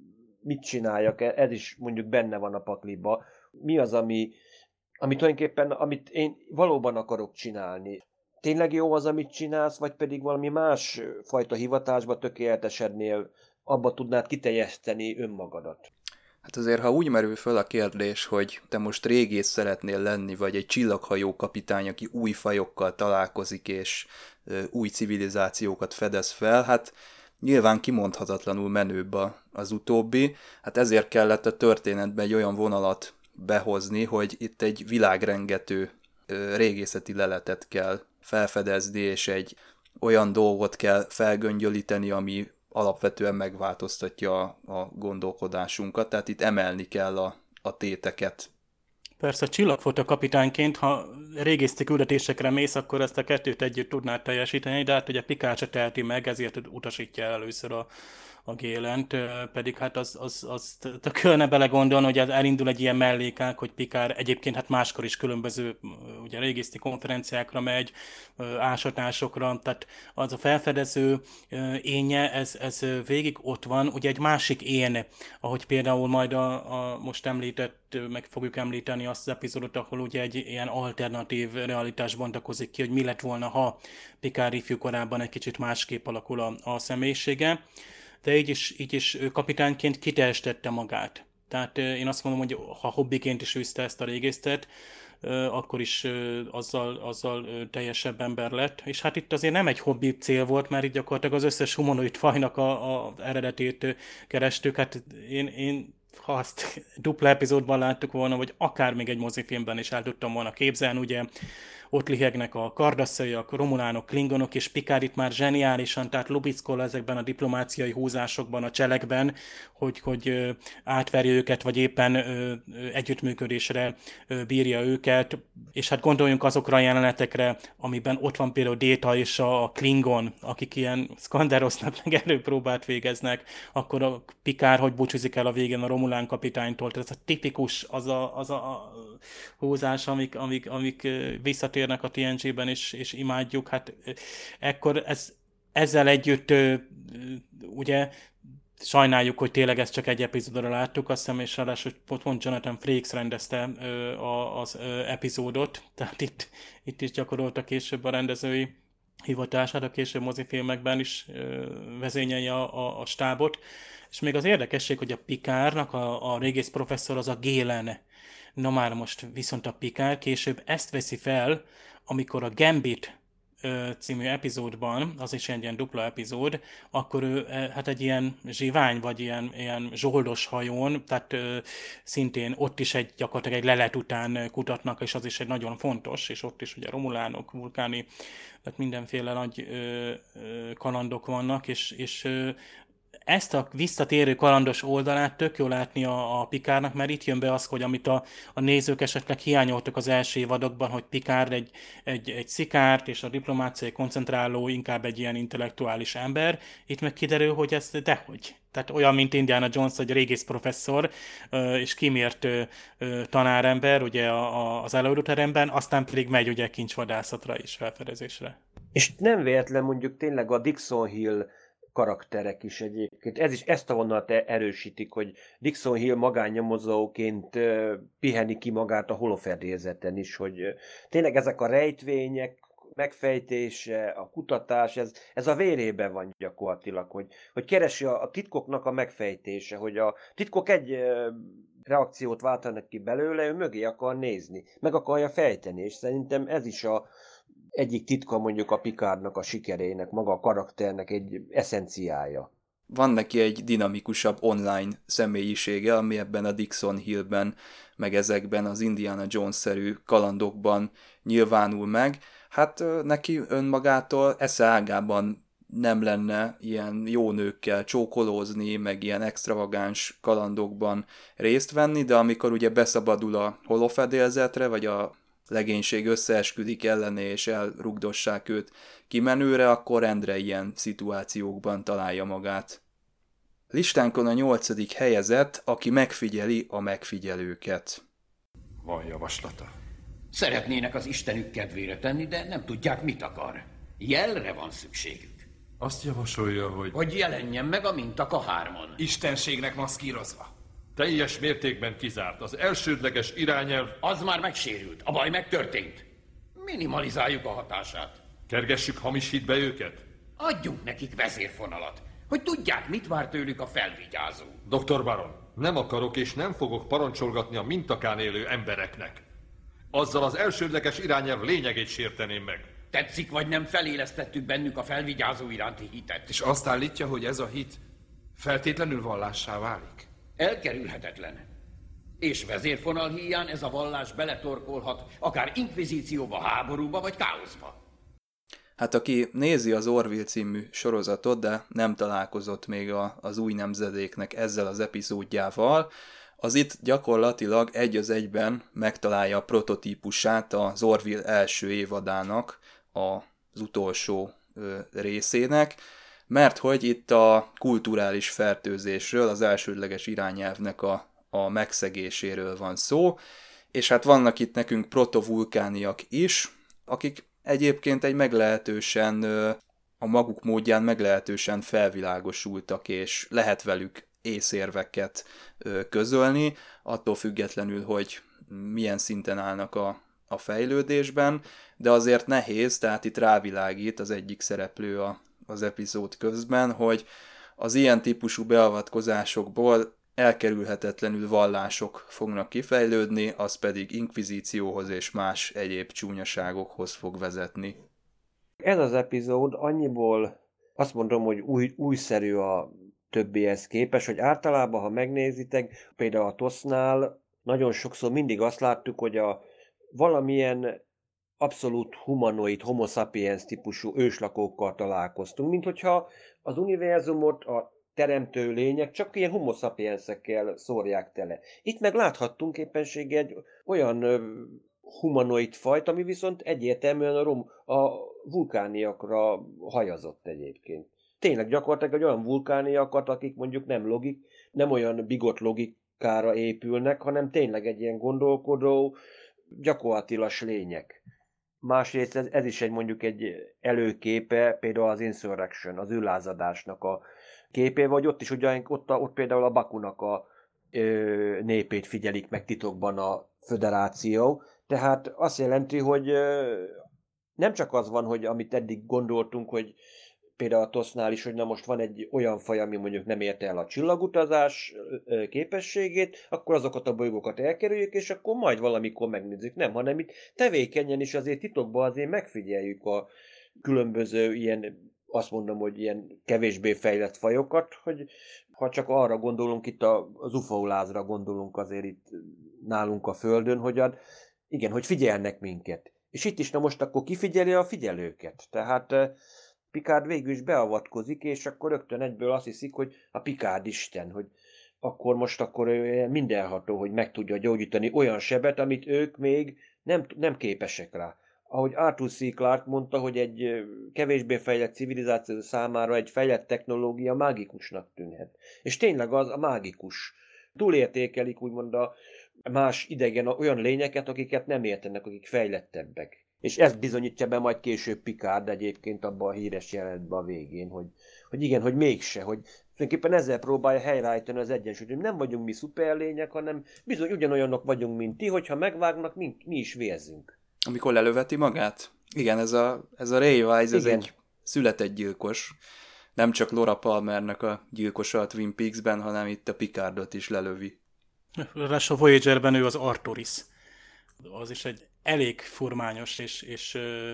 D: mit csináljak, ez is mondjuk benne van a pakliba. Mi az, ami, ami tulajdonképpen, amit én valóban akarok csinálni. Tényleg jó az, amit csinálsz, vagy pedig valami más fajta hivatásba tökéletesednél, abba tudnád kiteljesíteni önmagadat?
C: Hát azért, ha úgy merül föl a kérdés, hogy te most régész szeretnél lenni, vagy egy csillaghajó kapitány, aki új fajokkal találkozik, és ö, új civilizációkat fedez fel, hát nyilván kimondhatatlanul menőbb az utóbbi, hát ezért kellett a történetben egy olyan vonalat behozni, hogy itt egy világrengető ö, régészeti leletet kell felfedezni, és egy olyan dolgot kell felgöngyölíteni, ami alapvetően megváltoztatja a, a gondolkodásunkat, tehát itt emelni kell a, a téteket.
E: Persze, Csillagflotta kapitányként, ha régészeti küldetésekre mész, akkor ezt a kettőt együtt tudnád teljesíteni, de hát ugye Picard se teheti meg, ezért utasítja el először a, a Gélent, pedig hát az, az, az kellene belegondolni, hogy elindul egy ilyen mellékák, hogy Picard egyébként hát máskor is különböző ugye régészeti konferenciákra megy, ásatásokra, tehát az a felfedező énje, ez, ez végig ott van, ugye egy másik én, ahogy például majd a, a most említett, meg fogjuk említeni azt az epizódot, ahol ugye egy ilyen alternatív realitás bontakozik ki, hogy mi lett volna, ha Picard ifjúkorában egy kicsit másképp alakul a, a személyisége, de így is, így is kapitányként kiteljesítette magát. Tehát én azt mondom, hogy ha hobbiként is űzte ezt a régésztet, akkor is azzal, azzal teljesebb ember lett. És hát itt azért nem egy hobbi cél volt, mert itt gyakorlatilag az összes humanoid fajnak a, a eredetét kerestük. Hát én, én ha azt dupla epizódban láttuk volna, vagy akár még egy mozifilmben is el tudtam volna képzelni, ugye ott lihegnek a kardasszaiak, romulánok, klingonok, és Picard itt már zseniálisan, tehát lubickol ezekben a diplomáciai húzásokban, a cselekben, hogy, hogy átverje őket, vagy éppen együttműködésre bírja őket, és hát gondoljunk azokra a jelenetekre, amiben ott van például Data és a Klingon, akik ilyen szkanderoznak, meg erőpróbát végeznek, akkor a Picard hogy búcsúzik el a végén a Romulán kapitánytól. Tehát ez a tipikus, az a, az a húzás, amik, amik, amik visszatérnek a té en gé-ben, és, és imádjuk. Hát ekkor ez, ezzel együtt ugye sajnáljuk, hogy tényleg ezt csak egy epizódra láttuk, azt hiszem, és ráadásul pont Jonathan Frakes rendezte az epizódot, tehát itt, itt is gyakorolta később a rendezői hivatását, a később mozifilmekben is vezényelje a, a, a stábot. És még az érdekesség, hogy a Picardnak a, a régész professzor az a Galen. Na már most viszont a Picard később ezt veszi fel, amikor a Gambit című epizódban, az is egy ilyen dupla epizód, akkor ő hát egy ilyen zsivány, vagy ilyen, ilyen zsoldos hajón, tehát ö, szintén ott is egy gyakorlatilag egy lelet után kutatnak, és az is egy nagyon fontos, és ott is ugye romulánok, vulkáni, tehát mindenféle nagy ö, ö, kalandok vannak, és, és ö, ezt a visszatérő kalandos oldalát tök jó látni a, a Picardnak, mert itt jön be az, hogy amit a, a nézők esetleg hiányoltak az első évadokban, hogy Picard egy, egy, egy szikárt, és a diplomáciai koncentráló inkább egy ilyen intellektuális ember. Itt meg kiderül, hogy ez dehogy. Tehát olyan, mint Indiana Jones, egy régész professzor, és kimért tanárember ugye az előteremben, aztán pedig megy ugye kincsvadászatra és felfedezésre.
D: És nem véletlen mondjuk tényleg a Dixon Hill karakterek is egyébként. Ez is ezt a vonalat erősítik, hogy Dixon Hill magánnyomozóként piheni ki magát a holofedélzeten is, hogy tényleg ezek a rejtvények megfejtése, a kutatás, ez, ez a vérében van gyakorlatilag, hogy, hogy keresi a, a titkoknak a megfejtése, hogy a titkok egy reakciót váltanak ki belőle, ő mögé akar nézni, meg akarja fejteni, és szerintem ez is a egyik titka mondjuk a Picardnak a sikerének, maga a karakternek egy eszenciája.
C: Van neki egy dinamikusabb online személyisége, ami ebben a Dixon Hillben, meg ezekben az Indiana Jones-szerű kalandokban nyilvánul meg. Hát neki önmagától esze ágában nem lenne ilyen jó nőkkel csókolózni, meg ilyen extravagáns kalandokban részt venni, de amikor ugye beszabadul a holofedélzetre, vagy a legénység összeesküdik ellené, és elrugdossák őt kimenőre, akkor rendre ilyen szituációkban találja magát. Listánkon a nyolcadik helyezett, aki megfigyeli a megfigyelőket.
F: Van javaslata?
H: Szeretnének az Istenük kedvére tenni, de nem tudják, mit akar. Jelre van szükségük.
G: Azt javasolja, hogy...
H: Hogy jelenjen meg a mintak a hárman.
F: Istenségnek maszkírozva.
G: Teljes mértékben kizárt. Az elsődleges irányelv...
H: Az már megsérült. A baj megtörtént. Minimalizáljuk a hatását.
G: Kergessük hamis hitbe őket?
H: Adjunk nekik vezérfonalat, hogy tudják, mit vár tőlük a felvigyázó.
G: doktor Baron, nem akarok és nem fogok parancsolgatni a mintakán élő embereknek. Azzal az elsődleges irányelv lényegét sérteném meg.
H: Tetszik vagy nem, felélesztettük bennük a felvigyázó iránti hitet.
F: És azt állítja, hogy ez a hit feltétlenül vallássá válik?
H: Elkerülhetetlen. És vezérfonal híján ez a vallás beletorkolhat akár inkvizícióba, háborúba vagy káoszba.
C: Hát aki nézi az Orville című sorozatot, de nem találkozott még a, az új nemzedéknek ezzel az epizódjával, az itt gyakorlatilag egy az egyben megtalálja a prototípusát az Orville első évadának, az utolsó ö, részének, mert hogy itt a kulturális fertőzésről, az elsődleges irányelvnek a, a megszegéséről van szó, és hát vannak itt nekünk protovulkániak is, akik egyébként egy meglehetősen, a maguk módján meglehetősen felvilágosultak, és lehet velük észérveket közölni, attól függetlenül, hogy milyen szinten állnak a, a fejlődésben, de azért nehéz, tehát itt rávilágít az egyik szereplő a, az epizód közben, hogy az ilyen típusú beavatkozásokból elkerülhetetlenül vallások fognak kifejlődni, az pedig inkvizícióhoz és más egyéb csúnyaságokhoz fog vezetni.
D: Ez az epizód annyiból azt mondom, hogy új, újszerű a többihez képest, hogy általában, ha megnézitek, például a TOSZ-nál nagyon sokszor mindig azt láttuk, hogy a valamilyen abszolút humanoid, homo sapiens típusú őslakókkal találkoztunk, mint hogyha az univerzumot a teremtő lények csak ilyen homo sapiensekkel szórják tele. Itt meg láthattunk éppenséggel egy olyan humanoid fajt, ami viszont egyértelműen a, rom, a vulkániakra hajazott egyébként. Tényleg gyakorlatilag egy olyan vulkániakat, akik mondjuk nem logik, nem olyan bigott logikára épülnek, hanem tényleg egy ilyen gondolkodó, gyakorlatilas lények. Másrészt ez, ez is egy mondjuk egy előképe, például az Insurrection, az űrlázadásnak a képé, vagy ott is ugye, ott, ott például a Bakunak a ö, népét figyelik meg titokban a föderáció, tehát azt jelenti, hogy ö, nem csak az van, hogy amit eddig gondoltunk, hogy például a tosznál is, hogy na most van egy olyan faj, ami mondjuk nem érte el a csillagutazás képességét, akkor azokat a bolygókat elkerüljük, és akkor majd valamikor megnézzük. Nem, hanem itt tevékenyen is azért titokban azért megfigyeljük a különböző ilyen, azt mondom, hogy ilyen kevésbé fejlett fajokat, hogy ha csak arra gondolunk, itt az ufaulázra gondolunk azért itt nálunk a Földön, hogy ad, igen, hogy figyelnek minket. És itt is na most akkor kifigyeli a figyelőket. Tehát Picard végül is beavatkozik, és akkor rögtön egyből azt hiszik, hogy a Picard isten, hogy akkor most akkor mindenható, hogy meg tudja gyógyítani olyan sebet, amit ők még nem, nem képesek rá. Ahogy Arthur C. Clarke mondta, hogy egy kevésbé fejlett civilizáció számára egy fejlett technológia mágikusnak tűnhet. És tényleg az a mágikus. Túlértékelik úgymond a más idegen olyan lényeket, akiket nem értenek, akik fejlettebbek. És ezt bizonyítja be majd később Picard egyébként abban a híres jelenetben a végén, hogy, hogy igen, hogy mégse, hogy tulajdonképpen ezzel próbálja helyreállítani az egyensúlyt, hogy nem vagyunk mi szuperlények, hanem bizony ugyanolyanok vagyunk, mint ti, hogyha megvágnak, mi, mi is vérzünk.
C: Amikor lelöveti magát? Igen, ez a, ez a Ray Wise, ez
D: igen.
C: egy született gyilkos. Nem csak Laura Palmernek a gyilkosa a Twin Peaks-ben, hanem itt a Picardot is lelövi.
E: Ráadásul a Voyager-ben ő az Arturis. Az is egy elég furmányos és, és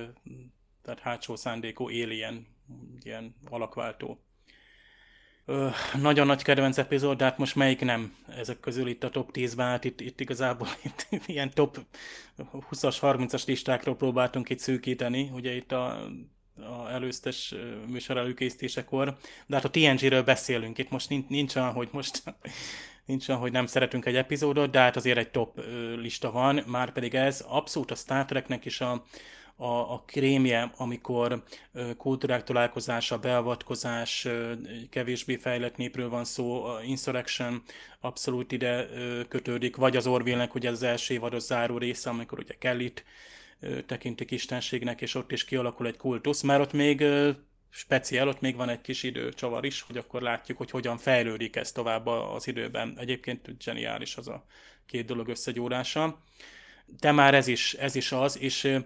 E: tehát hátsó szándékú alien, ilyen alakváltó. Ö, nagyon nagy kedvenc epizód, de hát most melyik nem ezek közül itt a top tízben, hát itt, itt igazából itt, ilyen top húszas, harmincas listákról próbáltunk itt szűkíteni, ugye itt a, a előztes műsor előkészítésekor, de hát a té en gé-ről beszélünk, itt most nincs, nincs olyan, hogy most nincs olyan, hogy nem szeretünk egy epizódot, de hát azért egy top lista van, már pedig ez abszolút a Star Treknek is a A, a krémje, amikor ö, kultúrák találkozása, beavatkozás, ö, kevésbé fejlett népről van szó, a Insurrection abszolút ide ö, kötődik, vagy az Orville-nek ugye az első évados záró része, amikor ugye Kellyt ö, tekintik istenségnek, és ott is kialakul egy kultusz, mert ott még ö, speciál, ott még van egy kis időcsavar is, hogy akkor látjuk, hogy hogyan fejlődik ez tovább az időben. Egyébként zseniális az a két dolog összegyúrása. De már ez is, ez is az, és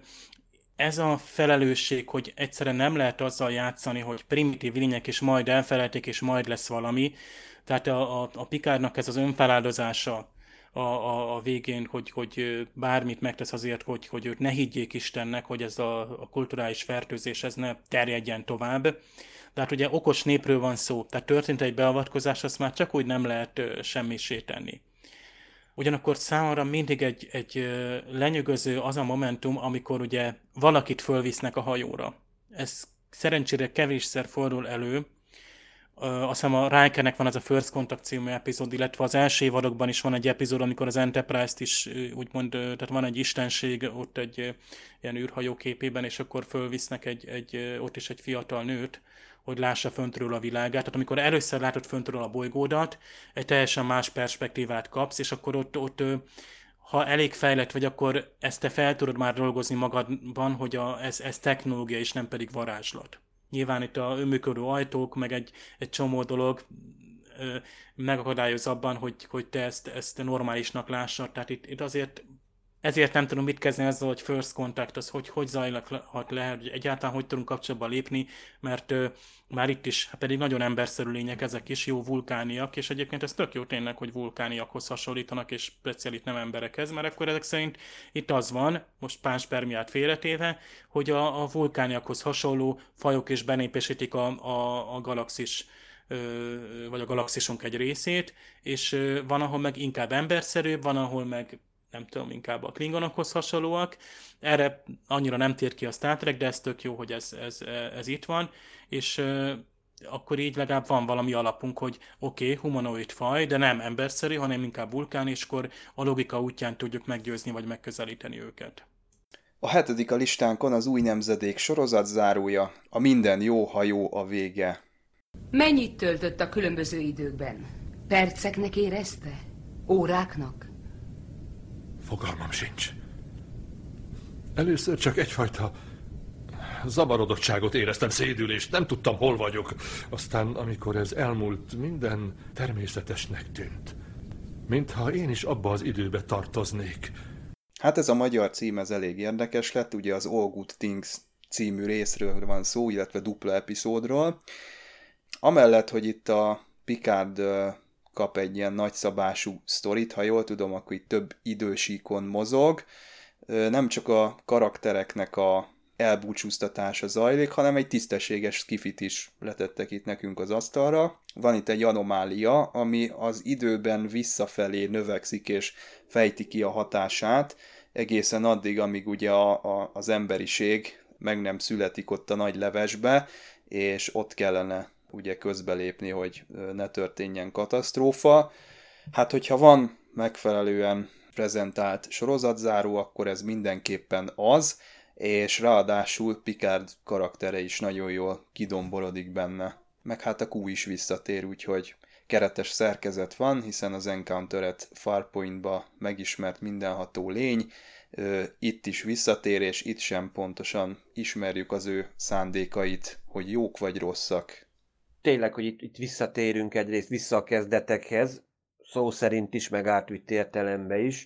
E: ez a felelősség, hogy egyszerűen nem lehet azzal játszani, hogy primitív lények, és majd elfelejtik, és majd lesz valami. Tehát a, a, a Picardnak ez az önfeláldozása a, a, a végén, hogy, hogy bármit megtesz azért, hogy, hogy őt ne higgyék Istennek, hogy ez a, a kulturális fertőzés ez ne terjedjen tovább. De hát ugye okos népről van szó, tehát történt egy beavatkozás, azt már csak úgy nem lehet semmisé tenni. Ugyanakkor számomra mindig egy, egy lenyűgöző az a momentum, amikor ugye valakit fölvisznek a hajóra. Ez szerencsére kevésszer fordul elő. Azt hiszem a Rikernek van az a First Contact című epizód, illetve az első évadokban is van egy epizód, amikor az Enterprise-t is úgymond, tehát van egy istenség ott egy ilyen űrhajó képében, és akkor fölvisznek egy, egy, ott is egy fiatal nőt, hogy lássa föntről a világát. Tehát amikor először látod föntről a bolygódat, egy teljesen más perspektívát kapsz, és akkor ott, ott ha elég fejlett vagy, akkor ezt te fel tudod már dolgozni magadban, hogy a, ez, ez technológia és nem pedig varázslat. Nyilván itt a önműködő ajtók, meg egy, egy csomó dolog ö, megakadályoz abban, hogy, hogy te ezt, ezt normálisnak lássad. Tehát itt, itt azért ezért nem tudom mit kezdeni ezzel, hogy first contact, az hogy, hogy zajlhat le, hogy egyáltalán hogy tudunk kapcsolatba lépni, mert ö, már itt is hát pedig nagyon emberszerű lények ezek is, jó vulkániak, és egyébként ez tök jó tényleg, hogy vulkániakhoz hasonlítanak, és speciál itt nem emberekhez, mert akkor ezek szerint itt az van, most pánspermiát félretéve, hogy a, a vulkániakhoz hasonló fajok is benépesítik a, a, a galaxis, vagy a galaxisunk egy részét, és van, ahol meg inkább emberszerűbb, van, ahol meg nem tudom, inkább a klingonokhoz hasonlóak. Erre annyira nem tér ki a Star Trek, de ez tök jó, hogy ez, ez, ez itt van, és uh, akkor így legalább van valami alapunk, hogy oké, okay, humanoid faj, de nem emberszerű, hanem inkább vulkán, és akkor a logika útján tudjuk meggyőzni, vagy megközelíteni őket.
C: A hetedik a listánkon az Új nemzedék sorozat zárója, a Minden jó, ha jó a vége.
I: Mennyit töltött a különböző időkben? Perceknek érezte? Óráknak?
G: Fogalmam sincs. Először csak egyfajta zavarodottságot éreztem, szédülést, nem tudtam, hol vagyok. Aztán, amikor ez elmúlt, minden természetesnek tűnt. Mintha én is abba az időbe tartoznék.
C: Hát ez a magyar cím, ez elég érdekes lett, ugye az All Good Things című részről van szó, illetve dupla epizódról. Amellett, hogy itt a Picard kap egy ilyen nagyszabású sztorit, ha jól tudom, akkor itt több idősíkon mozog, nem csak a karaktereknek a elbúcsúztatása zajlik, hanem egy tisztességes skifit is letettek itt nekünk az asztalra. Van itt egy anomália, ami az időben visszafelé növekszik és fejti ki a hatását, egészen addig, amíg ugye a, a, az emberiség meg nem születik ott a nagy levesbe, és ott kellene ugye közbelépni, hogy ne történjen katasztrófa. Hát, hogyha van megfelelően prezentált sorozatzáró, akkor ez mindenképpen az, és ráadásul Picard karaktere is nagyon jól kidomborodik benne. Meg hát a Q is visszatér, úgyhogy keretes szerkezet van, hiszen az Encounter-et Farpointba megismert mindenható lény, itt is visszatér, és itt sem pontosan ismerjük az ő szándékait, hogy jók vagy rosszak.
D: Tényleg, hogy itt, itt visszatérünk egyrészt vissza a kezdetekhez, szó szerint is, meg átvitt értelembe is,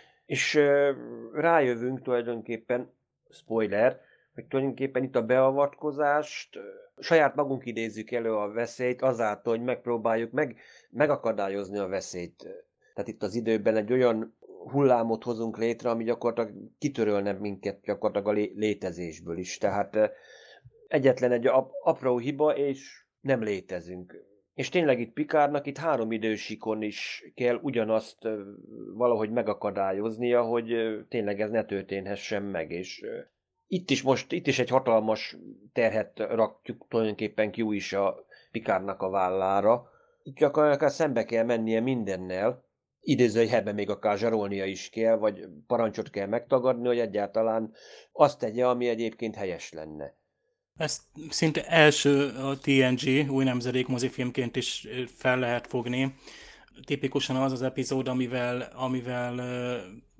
D: és uh, rájövünk tulajdonképpen, spoiler, hogy tulajdonképpen itt a beavatkozást, uh, saját magunk idézzük elő a veszélyt azáltal, hogy megpróbáljuk meg, megakadályozni a veszélyt. Tehát itt az időben egy olyan hullámot hozunk létre, ami gyakorlatilag kitörölne minket gyakorlatilag a lé- létezésből is. Tehát uh, egyetlen egy ap- apró hiba, és nem létezünk. És tényleg itt Picardnak itt három idősíkon is kell ugyanazt uh, valahogy megakadályoznia, hogy uh, tényleg ez ne történhessen meg. És uh, itt is most, itt is egy hatalmas terhet rakjuk tulajdonképpen Q is a Picardnak a vállára. Itt csak akár szembe kell mennie mindennel, idézőjelben még akár zsarolnia is kell, vagy parancsot kell megtagadni, hogy egyáltalán azt tegye, ami egyébként helyes lenne.
E: Ezt szinte első a té en gé, új nemzedék mozifilmként is fel lehet fogni. Tipikusan az az epizód, amivel, amivel uh,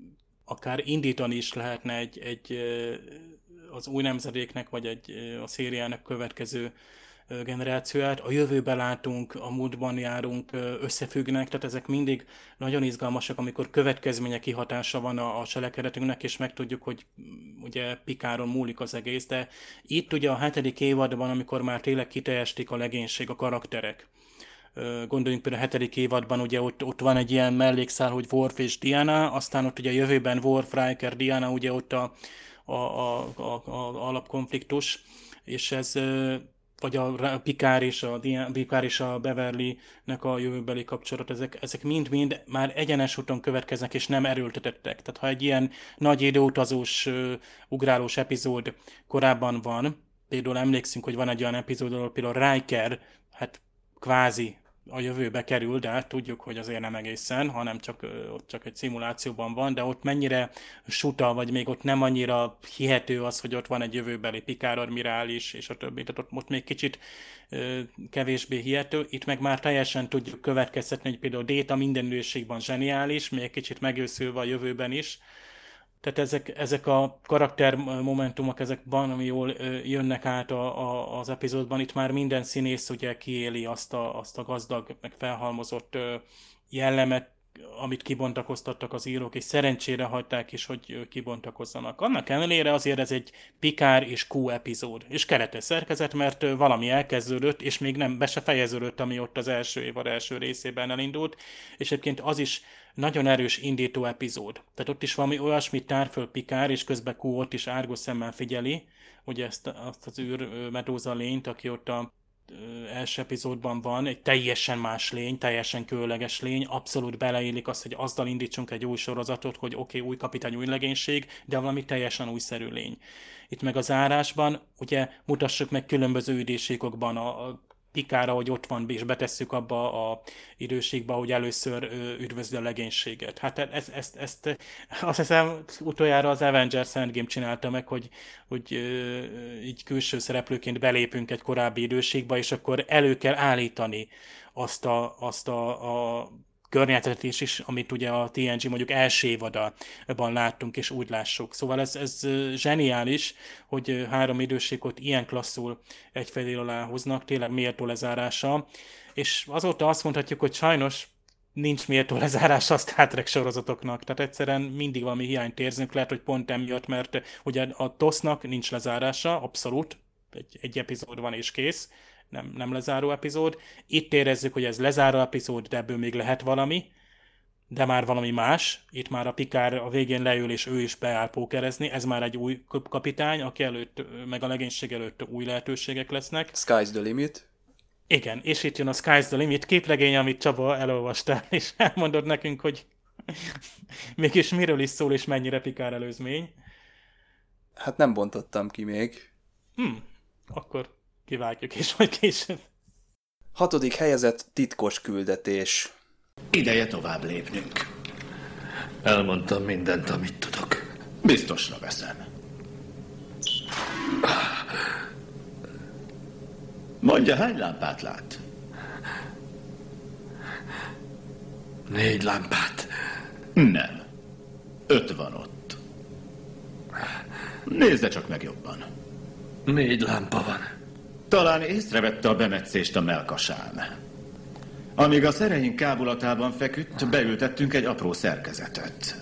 E: akár indítani is lehetne egy, egy, uh, az új nemzedéknek, vagy egy, uh, a szériának következő uh, generációját. A jövőbe látunk, a múltban járunk, uh, összefüggnek, tehát ezek mindig nagyon izgalmasak, amikor következménye kihatása van a, a cselekedetünknek, és megtudjuk, hogy ugye Picardon múlik az egész, de itt ugye a hetedik évadban, amikor már tényleg kiteljesítik a legénység, a karakterek. Gondoljunk például a hetedik évadban, ugye ott, ott van egy ilyen mellékszál, hogy Worf és Diana, aztán ott ugye a jövőben Worf, Riker, Diana, ugye ott a, a, a, a, a alapkonfliktus, és ez vagy a Picard és a, Picard és a Beverly-nek a jövőbeli kapcsolat, ezek, ezek mind-mind már egyenes úton következnek, és nem erőltetettek. Tehát ha egy ilyen nagy időutazós, ugrálós epizód korábban van, például emlékszünk, hogy van egy olyan epizód, ahol például Riker, hát kvázi a jövőbe kerül, de hát tudjuk, hogy azért nem egészen, hanem csak, ott csak egy szimulációban van, de ott mennyire suta, vagy még ott nem annyira hihető az, hogy ott van egy jövőbeli Picard admirális, és a többi. Tehát ott, ott még kicsit ö, kevésbé hihető. Itt meg már teljesen tudjuk következtetni, hogy például Data minden időségben zseniális, még kicsit megőszülve a jövőben is. Tehát ezek, ezek a karaktermomentumok, ezek valami jól jönnek át a, a, az epizódban. Itt már minden színész ugye kiéli azt a, azt a gazdag, meg felhalmozott jellemet, amit kibontakoztattak az írók, és szerencsére hagyták is, hogy kibontakozzanak. Annak ellenére azért ez egy Picard és Q epizód, és keretes szerkezet, mert valami elkezdődött, és még nem be se fejeződött, ami ott az első évad első részében elindult, és egyébként az is nagyon erős indító epizód. Tehát ott is valami olyasmit tár föl Picard, és közben Q ott is árgus szemmel figyeli, ugye ezt azt az űr medóza lényt, aki ott a első epizódban van, egy teljesen más lény, teljesen különleges lény, abszolút beleillik azt, hogy azzal indítsunk egy új sorozatot, hogy oké, okay, új kapitány, új legénység, de valami teljesen újszerű lény. Itt meg a zárásban, ugye mutassuk meg különböző időségokban a, a Picard, hogy ott van, és betesszük abba a időségbe, hogy először üdvözli a legénységet. Hát ezt, ezt, ezt azt hiszem utoljára az Avengers Endgame csinálta meg, hogy, hogy így külső szereplőként belépünk egy korábbi időségbe, és akkor elő kell állítani azt a, azt a, a környezetet is, amit ugye a té en gé mondjuk első évadban láttunk, és úgy lássuk. Szóval ez, ez zseniális, hogy három időségot ilyen klasszul egy fedél alá hoznak, tényleg méltó lezárása, és azóta azt mondhatjuk, hogy sajnos nincs méltó lezárása a Star Trek sorozatoknak, tehát egyszerűen mindig valami hiányt érzünk, lehet, hogy pont emiatt, mert ugye a tosznak nincs lezárása, abszolút, egy, egy epizód van és kész, Nem, nem lezáró epizód. Itt érezzük, hogy ez lezáró epizód, de ebből még lehet valami, de már valami más. Itt már a Picard a végén leül, és ő is beáll pókerezni. Ez már egy új kapitány, aki előtt, meg a legénység előtt új lehetőségek lesznek.
C: Sky's the limit.
E: Igen, és itt jön a Sky's the limit képregény, amit Csaba elolvastál, és elmondod nekünk, hogy mégis miről is szól, és mennyire Picard előzmény.
C: Hát nem bontottam ki még.
E: Hm, akkor kivágjuk, és majd később.
C: Hatodik helyezett titkos küldetés.
H: Ideje tovább lépnünk. Elmondtam mindent, amit tudok. Biztosra veszem. Mondja, hány lámpát lát? Négy lámpát. Nem. Öt van ott. Nézze csak meg jobban. Négy lámpa van. Talán észrevette a bemetszést a mellkasán. Amíg a szereink kábulatában feküdt, beültettünk egy apró szerkezetet.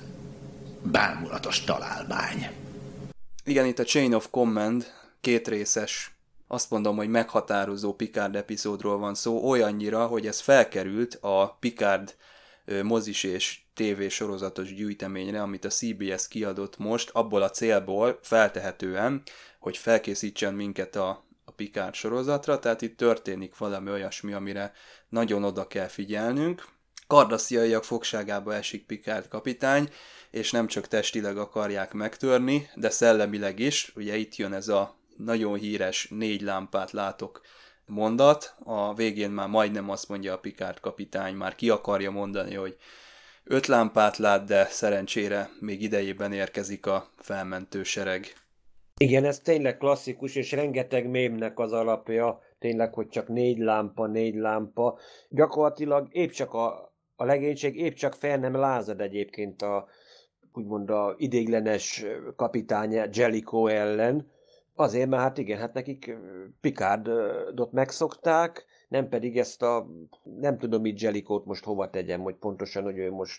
H: Bámulatos találmány.
C: Igen, itt a Chain of Command kétrészes, azt mondom, hogy meghatározó Picard epizódról van szó, olyannyira, hogy ez felkerült a Picard mozis és tévésorozatos gyűjteményre, amit a cé bé es kiadott most, abból a célból feltehetően, hogy felkészítsen minket a, a Picard sorozatra, tehát itt történik valami olyasmi, amire nagyon oda kell figyelnünk. Kardassziaiak fogságába esik Picard kapitány, és nem csak testileg akarják megtörni, de szellemileg is. Ugye itt jön ez a nagyon híres négy lámpát látok mondat, a végén már majdnem azt mondja a Picard kapitány, már ki akarja mondani, hogy öt lámpát lát, de szerencsére még idejében érkezik a felmentő sereg.
D: Igen, ez tényleg klasszikus, és rengeteg mémnek az alapja, tényleg, hogy csak négy lámpa, négy lámpa. Gyakorlatilag épp csak a, a legénység épp csak fel nem lázad egyébként a úgymond a ideiglenes kapitány Jellicoe ellen. Azért, mert hát igen, hát nekik Picardot megszokták, nem pedig ezt a, nem tudom mit Jellicoe-t most hova tegyem, hogy pontosan, hogy ő most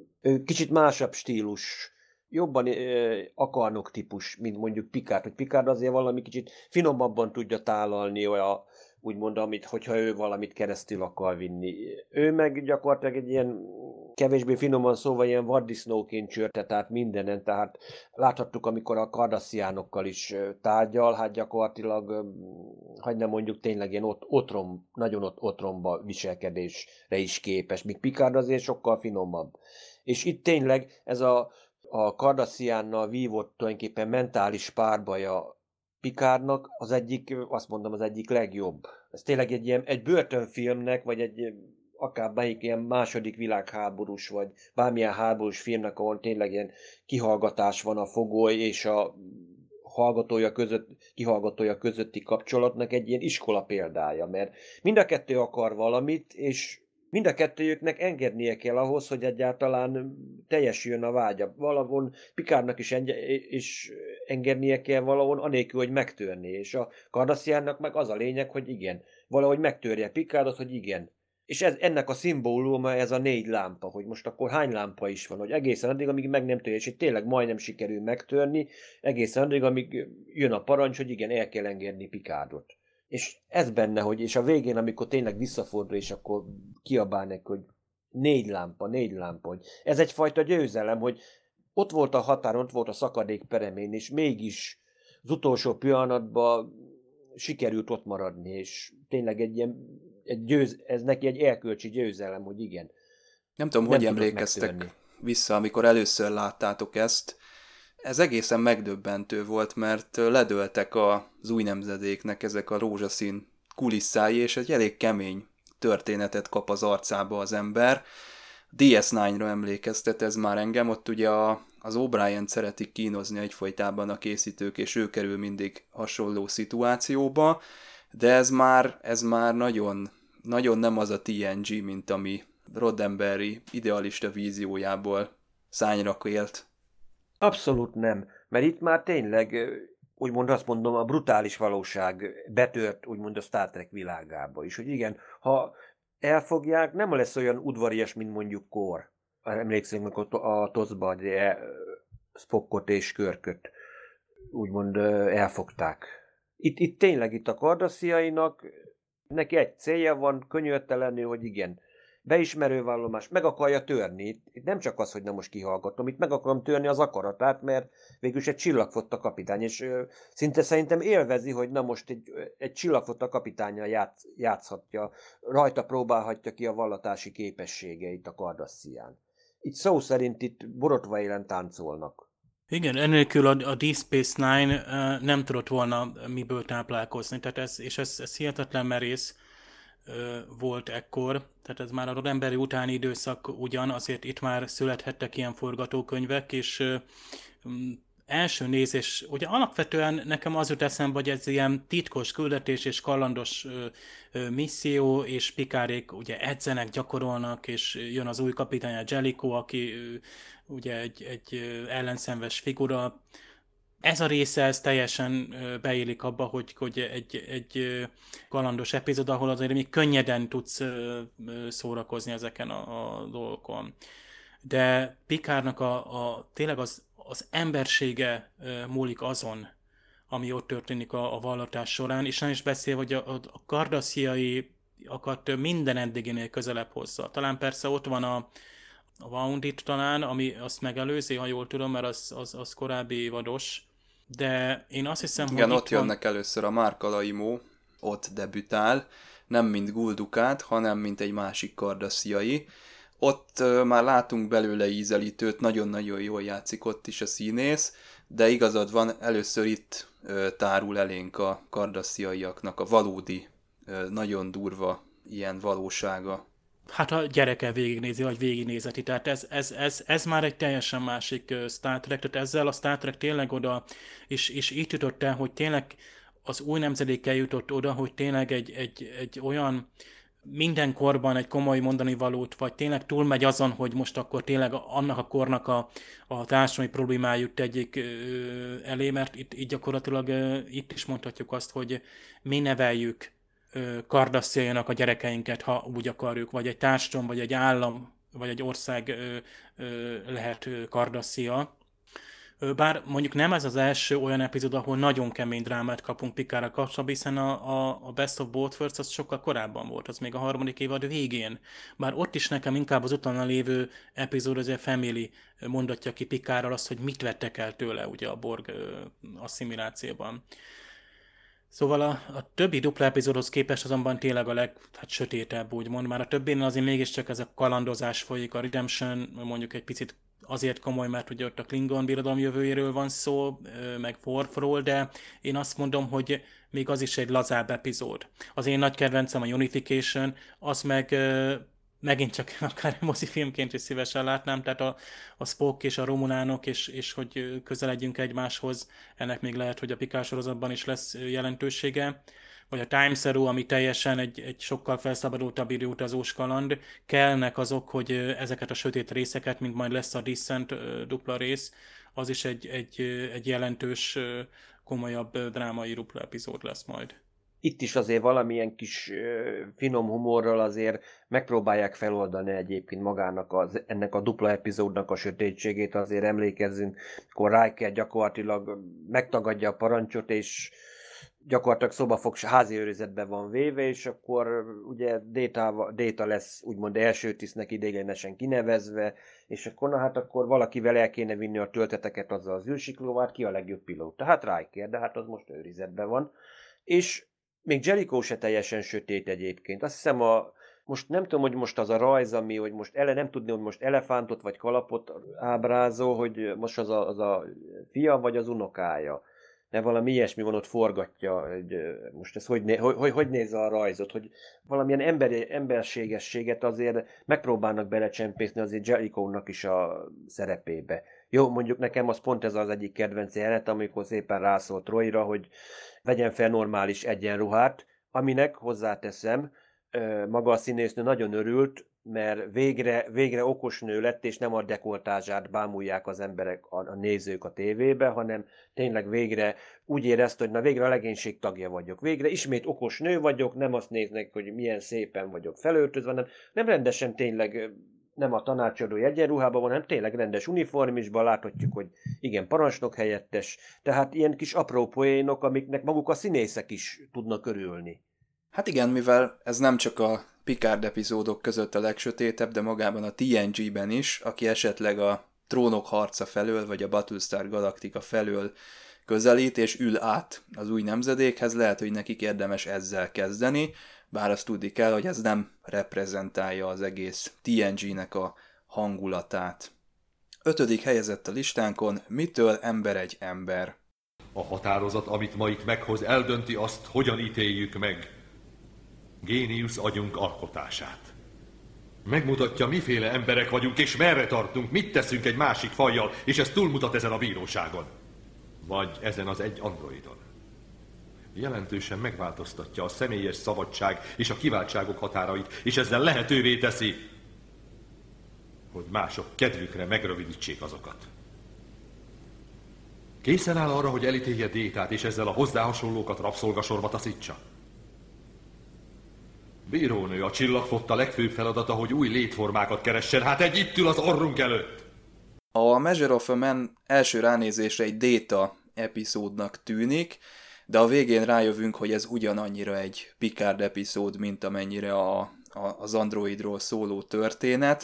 D: ő kicsit másabb stílus, jobban ö, akarnok típus, mint mondjuk Picard, hogy Picard azért valami kicsit finomabban tudja tálalni olyan, úgymond, amit, hogyha ő valamit keresztül akar vinni. Ő meg gyakorlatilag egy ilyen kevésbé finoman szóval ilyen vaddisznóként csörtet át mindenen, tehát láthattuk, amikor a kardassziánokkal is tárgyal, hát gyakorlatilag, hogy nem mondjuk tényleg ilyen ot- otrom, nagyon ot- otromba viselkedésre is képes, míg Picard azért sokkal finomabb. És itt tényleg ez a, a Cardassiánnal vívott tulajdonképpen mentális párbaja Picardnak az egyik, azt mondom, az egyik legjobb. Ez tényleg egy ilyen, egy börtönfilmnek, vagy egy akár melyik ilyen második világháborús, vagy bármilyen háborús filmnek, ahol tényleg ilyen kihallgatás van a fogoly és a hallgatója között, kihallgatója közötti kapcsolatnak egy ilyen iskola példája, mert mind a kettő akar valamit, és mind a kettőjüknek engednie kell ahhoz, hogy egyáltalán teljesüljön a vágya. Valahol Picardnak is, enge- is engednie kell valahol, anélkül, hogy megtörni. És a Cardassiánnak meg az a lényeg, hogy igen. Valahogy megtörje Picardot, hogy igen. És ez, ennek a szimbóluma ez a négy lámpa, hogy most akkor hány lámpa is van, hogy egészen addig, amíg meg nem törje, és itt tényleg majdnem sikerül megtörni, egészen addig, amíg jön a parancs, hogy igen, el kell engedni Picardot. És ez benne, hogy és a végén, amikor tényleg visszafordul, és akkor kiabál neki, hogy négy lámpa, négy lámpa, hogy ez egyfajta győzelem, hogy ott volt a határon, ott volt a szakadék peremén, és mégis az utolsó pillanatban sikerült ott maradni, és tényleg egy ilyen, egy győz, ez neki egy erkölcsi győzelem, hogy igen.
C: Nem tudom,
D: Nem
C: hogy
D: tudott
C: emlékeztek
D: megtörni.
C: vissza, amikor először láttátok ezt. Ez egészen megdöbbentő volt, mert ledőltek az új nemzedéknek ezek a rózsaszín kulisszái, és egy elég kemény történetet kap az arcába az ember. dé es kilencre emlékeztet ez már engem, ott ugye a, az O'Brien szeretik kínozni egyfolytában a készítők, és ő kerül mindig hasonló szituációba, de ez már, ez már nagyon, nagyon nem az a té en gé, mint ami Roddenberry idealista víziójából szányra élt.
D: Abszolút nem, mert itt már tényleg, úgymond azt mondom, a brutális valóság betört, úgymond a Star Trek világába is, hogy igen, ha elfogják, nem lesz olyan udvarias, mint mondjuk Kor. Emlékszünk, hogy a toszban Spockot és Körköt úgymond elfogták. Itt, itt tényleg itt a kardassziainak neki egy célja van, könyörtelenül, hogy igen, beismerő vallomás, meg akarja törni. Itt, itt nem csak az, hogy na most kihallgatom, itt meg akarom törni az akaratát, mert végülis egy csillagfotta kapitány, és ö, szinte szerintem élvezi, hogy na most egy, egy csillagfotta kapitánnyal játsz, játszhatja, rajta próbálhatja ki a vallatási képességeit a kardasszián. Itt szó szerint itt borotva élen táncolnak.
E: Igen, ennélkül a, a Deep Space Nine uh, nem tudott volna miből táplálkozni, tehát ez, és ez, ez hihetetlen merész uh, volt ekkor, tehát ez már a Roddenberry utáni időszak ugyan, azért itt már születhettek ilyen forgatókönyvek, és uh, um, első nézés, ugye alapvetően nekem az jut eszembe, hogy ez ilyen titkos küldetés és kalandos ö, ö, misszió, és Picardék ugye edzenek, gyakorolnak, és jön az új kapitány, a Jellicoe, aki ö, ugye egy, egy ö, ellenszenves figura. Ez a része ez teljesen ö, beillik abba, hogy, hogy egy, egy ö, kalandos epizód, ahol azért még könnyeden tudsz ö, ö, szórakozni ezeken a, a dolgokon. De Picardnak a, a, tényleg az az embersége uh, múlik azon, ami ott történik a, a vallatás során, és nem is beszél, hogy a, a kardassziaiakat minden eddiginél közelebb hozza. Talán persze ott van a, a Wounded talán, ami azt megelőzi, ha jól tudom, mert az, az, az korábbi évados, de én azt hiszem,
C: igen,
E: hogy
C: ott jönnek van... először a Mark Alaimo, ott debütál, nem mint Gul Dukat, hanem mint egy másik kardassziai. Ott uh, már látunk belőle ízelítőt, nagyon-nagyon jól játszik ott is a színész, de igazad van, először itt uh, tárul elénk a kardassziaiaknak a valódi, uh, nagyon durva ilyen valósága.
E: Hát a gyereke végignézi, vagy végignézeti, tehát ez, ez, ez, ez már egy teljesen másik uh, Star Trek, tehát ezzel a Star Trek tényleg oda, és, és így jutott el, hogy tényleg az új nemzedékkel jutott oda, hogy tényleg egy, egy, egy olyan minden korban egy komoly mondani valót, vagy tényleg túlmegy azon, hogy most akkor tényleg annak a kornak a, a társadalmi problémáját tegyék ö, elé, mert itt, itt gyakorlatilag ö, itt is mondhatjuk azt, hogy mi neveljük kardassziainak a gyerekeinket, ha úgy akarjuk, vagy egy társadalom, vagy egy állam, vagy egy ország ö, ö, lehet kardasszia. Bár mondjuk nem ez az első olyan epizód, ahol nagyon kemény drámát kapunk Picardra kapcsolatban, hiszen a, a, a Best of Both Worlds az sokkal korábban volt, az még a harmadik évad végén. Bár ott is nekem inkább az utána lévő epizód, az a Family mondatja ki Picardral azt, hogy mit vettek el tőle ugye a Borg asszimilációban. Szóval a, a többi dupla epizódhoz képest azonban tényleg a leg, hát, sötétebb, úgymond. Már a többénél azért mégiscsak ez a kalandozás folyik, a Redemption mondjuk egy picit azért komoly, mert ugye ott a Klingon birodalom jövőjéről van szó, meg Worfról, de én azt mondom, hogy még az is egy lazább epizód. Az én nagy kedvencem a Unification, az meg megint csak akár mozifilmként is szívesen látnám, tehát a, a Spock és a Romulánok, és, és hogy közeledjünk egymáshoz, ennek még lehet, hogy a Picard sorozatban is lesz jelentősége. Vagy a Time Zero, ami teljesen egy, egy sokkal felszabadultabb időutazós kaland, kellnek azok, hogy ezeket a sötét részeket, mint majd lesz a Descent dupla rész, az is egy, egy, egy jelentős, komolyabb drámai dupla epizód lesz majd.
D: Itt is azért valamilyen kis finom humorral azért megpróbálják feloldani egyébként magának az, ennek a dupla epizódnak a sötétségét, azért emlékezzünk, akkor Riker gyakorlatilag megtagadja a parancsot, és gyakorlatilag szobafog házi őrizetben van véve, és akkor ugye Data, Data lesz úgymond első tisztnek ideiglenesen kinevezve, és akkor na hát akkor valakivel el kéne vinni a tölteteket azzal az űrsiklóval, ki a legjobb pilóta. Hát Riker, de hát az most őrizetben van. És még Jellicoe se teljesen sötét egyébként. Azt hiszem a most nem tudom, hogy most az a rajz, ami, hogy most ele, nem tudni, hogy most elefántot vagy kalapot ábrázol, hogy most az a, az a fia vagy az unokája. De valami ilyesmi van, ott forgatja, hogy most ez hogy, né, hogy, hogy néz a rajzot, hogy valamilyen emberi, emberségességet azért megpróbálnak belecsempészni azért Jellicoe-nak is a szerepébe. Jó, mondjuk nekem az pont ez az egyik kedvenc jelenet, amikor szépen rászólt Royra, hogy vegyen fel normális egyenruhát, aminek hozzáteszem, maga a színésznő nagyon örült, mert végre, végre okos nő lett, és nem a dekoltázsát bámulják az emberek, a, a nézők a tévébe, hanem tényleg végre úgy érezte, hogy na végre a legénység tagja vagyok. Végre ismét okos nő vagyok, nem azt néznek, hogy milyen szépen vagyok felöltözve, hanem nem rendesen tényleg, nem a tanácsadói egyenruhában van, hanem tényleg rendes uniformisban láthatjuk, hogy igen, parancsnok helyettes. Tehát ilyen kis apró poénok, amiknek maguk a színészek is tudnak örülni.
C: Hát igen, mivel ez nem csak a Picard epizódok között a legsötétebb, de magában a té en gé-ben is, aki esetleg a Trónok harca felől, vagy a Battlestar Galactica felől közelít, és ül át az új nemzedékhez, lehet, hogy nekik érdemes ezzel kezdeni, bár azt tudni kell, hogy ez nem reprezentálja az egész té en gé-nek a hangulatát. Ötödik helyezett a listánkon, mitől ember egy ember?
G: A határozat, amit ma itt meghoz, eldönti azt, hogyan ítéljük meg géniusz agyunk alkotását. Megmutatja, miféle emberek vagyunk, és merre tartunk, mit teszünk egy másik fajjal, és ez túlmutat ezen a bíróságon. Vagy ezen az egy androidon. Jelentősen megváltoztatja a személyes szabadság és a kiváltságok határait, és ezzel lehetővé teszi, hogy mások kedvükre megrövidítsék azokat. Készen áll arra, hogy elítélje Détát, és ezzel a hozzá hasonlókat rabszolgasorba taszítsa? Bírónő, a csillagflotta legfőbb feladata, hogy új létformákat keressen, hát egy itt ül az orrunk előtt!
C: A Measure of a Man első ránézésre egy Déta epizódnak tűnik, de a végén rájövünk, hogy ez ugyanannyira egy Picard epizód, mint amennyire a, a, az androidról szóló történet.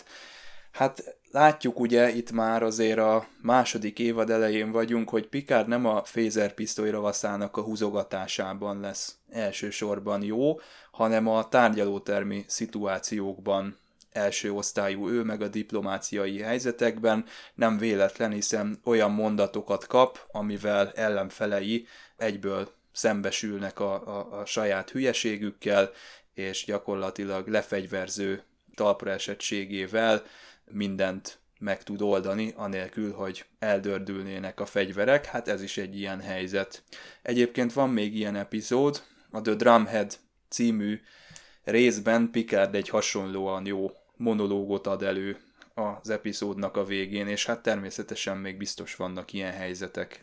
C: Hát látjuk ugye itt már azért a második évad elején vagyunk, hogy Picard nem a phaser-pisztoly ravaszának a húzogatásában lesz elsősorban jó, hanem a tárgyalótermi szituációkban első osztályú ő, meg a diplomáciai helyzetekben nem véletlen, hiszen olyan mondatokat kap, amivel ellenfelei egyből szembesülnek a, a, a saját hülyeségükkel, és gyakorlatilag lefegyverző talpraesettségével mindent meg tud oldani, anélkül, hogy eldördülnének a fegyverek. Hát ez is egy ilyen helyzet. Egyébként van még ilyen epizód, a The Drumhead című részben Picard egy hasonlóan jó monológot ad elő az epizódnak a végén, és hát természetesen még biztos vannak ilyen helyzetek.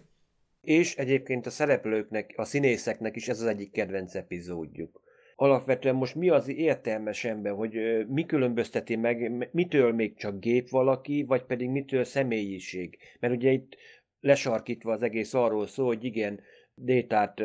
D: És egyébként a szereplőknek, a színészeknek is ez az egyik kedvenc epizódjuk. Alapvetően most mi az értelmes ember, hogy mi különbözteti meg, mitől még csak gép valaki, vagy pedig mitől személyiség. Mert ugye itt lesarkítva az egész arról szól, hogy igen, Détát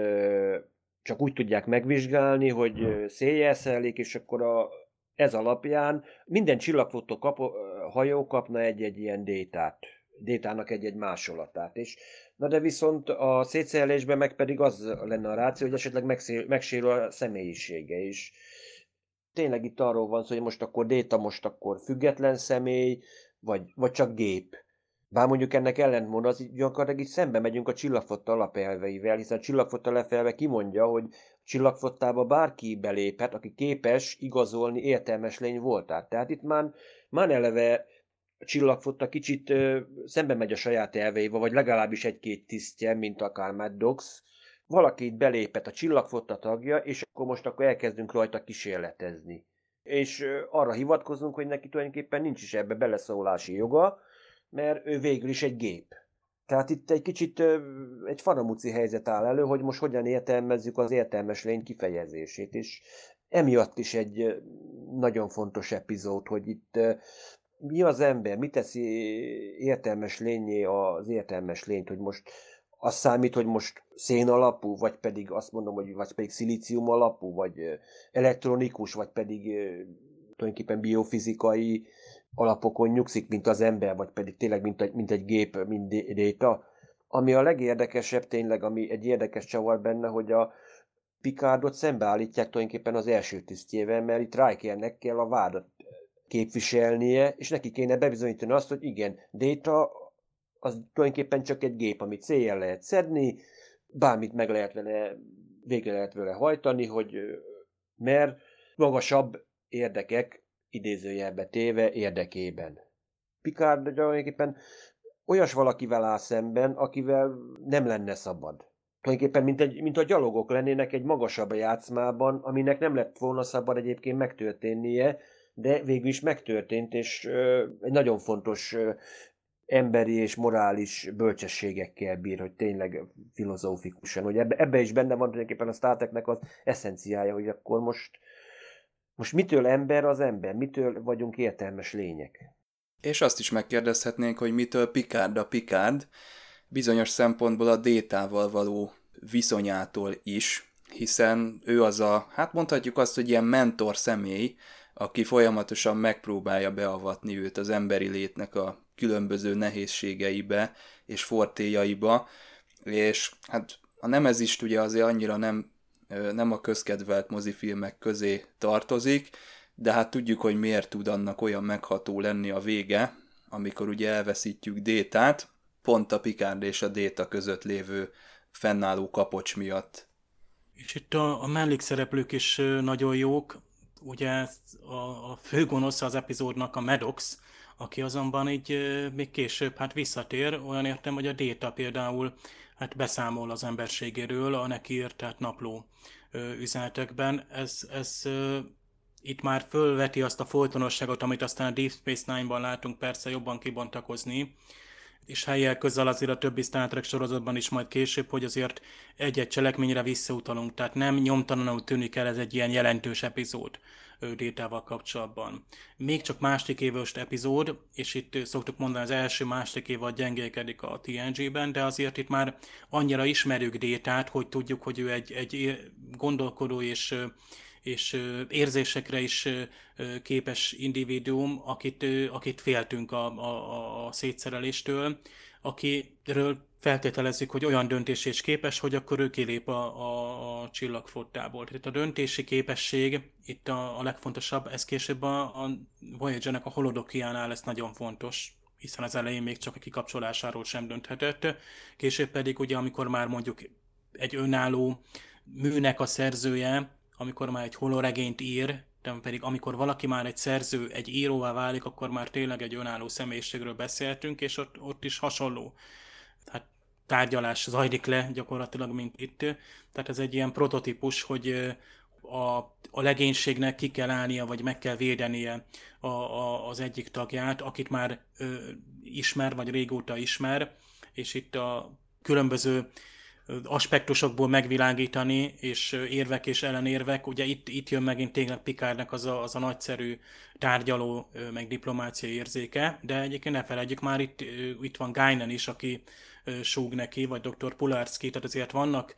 D: csak úgy tudják megvizsgálni, hogy széjjelszelik, és akkor a, ez alapján minden csillagfotó kap, hajó kapna egy-egy ilyen Détát. Détának egy-egy másolatát. És na de viszont a szétszerelésben meg pedig az lenne a ráció, hogy esetleg megsérül a személyisége is. Tényleg itt arról van szó, hogy most akkor Déta most akkor független személy, vagy, vagy csak gép. Bár mondjuk ennek ellentmond, az így gyakorlatilag így szembe megyünk a csillagflotta alapelveivel, hiszen a csillagflotta alapelve kimondja, hogy a csillagflottába bárki beléphet, aki képes igazolni értelmes lény voltát. Tehát itt már, már eleve a csillagflotta kicsit ö, szembe megy a saját elveivel, vagy legalábbis egy-két tisztje, mint akár Mad Dogs. Valaki itt belépett a csillagflotta tagja, és akkor most akkor elkezdünk rajta kísérletezni. És ö, arra hivatkozunk, hogy neki tulajdonképpen nincs is ebbe beleszólási joga, mert ő végül is egy gép. Tehát itt egy kicsit ö, egy faramúci helyzet áll elő, hogy most hogyan értelmezzük az értelmes lény kifejezését, és emiatt is egy ö, nagyon fontos epizód, hogy itt ö, mi az ember, mi teszi értelmes lényé az értelmes lényt, hogy most az számít, hogy most szén alapú, vagy pedig azt mondom, hogy vagy pedig szilícium alapú, vagy elektronikus, vagy pedig tulajdonképpen biofizikai alapokon nyugszik, mint az ember, vagy pedig tényleg mint egy, mint egy gép, mint Déta. Ami a legérdekesebb tényleg, ami egy érdekes csavar benne, hogy a Picardot szembeállítják tulajdonképpen az első tisztjével, mert itt Rikernek kell a vádat képviselnie, és neki kéne bebizonyítani azt, hogy igen, Data az tulajdonképpen csak egy gép, amit céljel lehet szedni, bármit meg lehet vele, végre lehet vele hajtani, hogy mert magasabb érdekek, idézőjelbe téve, érdekében. Picard tulajdonképpen olyas valakivel áll szemben, akivel nem lenne szabad. Tulajdonképpen, mint, egy, mint a gyalogok lennének egy magasabb játszmában, aminek nem lett volna szabad egyébként megtörténnie, de végül is megtörtént, és ö, egy nagyon fontos ö, emberi és morális bölcsességekkel bír, hogy tényleg filozófikusan, hogy ebbe, ebbe is benne van tulajdonképpen a Star Treknek az eszenciája, hogy akkor most, most mitől ember az ember, mitől vagyunk értelmes lények.
C: És azt is megkérdezhetnénk, hogy mitől Picard a Picard, bizonyos szempontból a Détával való viszonyától is, hiszen ő az a, hát mondhatjuk azt, hogy ilyen mentor személy, aki folyamatosan megpróbálja beavatni őt az emberi létnek a különböző nehézségeibe és fortéjaiba, és hát a Nemezist ugye azért annyira nem, nem a közkedvelt mozifilmek közé tartozik, de hát tudjuk, hogy miért tud annak olyan megható lenni a vége, amikor ugye elveszítjük Détát, pont a Picard és a Data között lévő fennálló kapocs miatt.
E: És itt a, a mellékszereplők is nagyon jók, ugye a, a főgonosz az epizódnak a Maddox, aki azonban így még később hát visszatér, olyan értem, hogy a Data például hát beszámol az emberségéről a neki írt, tehát napló üzenetekben. Ez, ez itt már fölveti azt a folytonosságot, amit aztán a Deep Space Nine-ban látunk persze jobban kibontakozni, és helyjel közel azért a többi Star Trek sorozatban is majd később, hogy azért egy-egy cselekményre visszautalunk, tehát nem nyomtalanul tűnik el ez egy ilyen jelentős epizód Détával kapcsolatban. Még csak második éves epizód, és itt szoktuk mondani, az első második évad gyengélkedik a té en gé-ben, de azért itt már annyira ismerjük Détát, hogy tudjuk, hogy ő egy, egy gondolkodó és és érzésekre is képes individuum, akit, akit féltünk a, a, a szétszereléstől, akiről feltételezzük, hogy olyan döntés is képes, hogy akkor ő kilép a, a, a csillagflottából. Tehát a döntési képesség itt a, a legfontosabb, ez később a, a Voyager-nek a holodokiánál lesz nagyon fontos, hiszen az elején még csak a kikapcsolásáról sem dönthetett. Később pedig ugye, amikor már mondjuk egy önálló műnek a szerzője, amikor már egy holoregényt ír, de pedig amikor valaki már egy szerző, egy íróvá válik, akkor már tényleg egy önálló személyiségről beszéltünk, és ott, ott is hasonló hát, tárgyalás zajlik le gyakorlatilag, mint itt. Tehát ez egy ilyen prototípus, hogy a, a legénységnek ki kell állnia, vagy meg kell védenie a, a, az egyik tagját, akit már ö, ismer, vagy régóta ismer, és itt a különböző aspektusokból megvilágítani, és érvek és ellenérvek. Ugye itt, itt jön megint tényleg Picardnak az a, az a nagyszerű tárgyaló, meg diplomáciai érzéke, de egyébként ne felejtjük, már itt, itt van Guinan is, aki súg neki, vagy doktor Pularski, tehát azért vannak,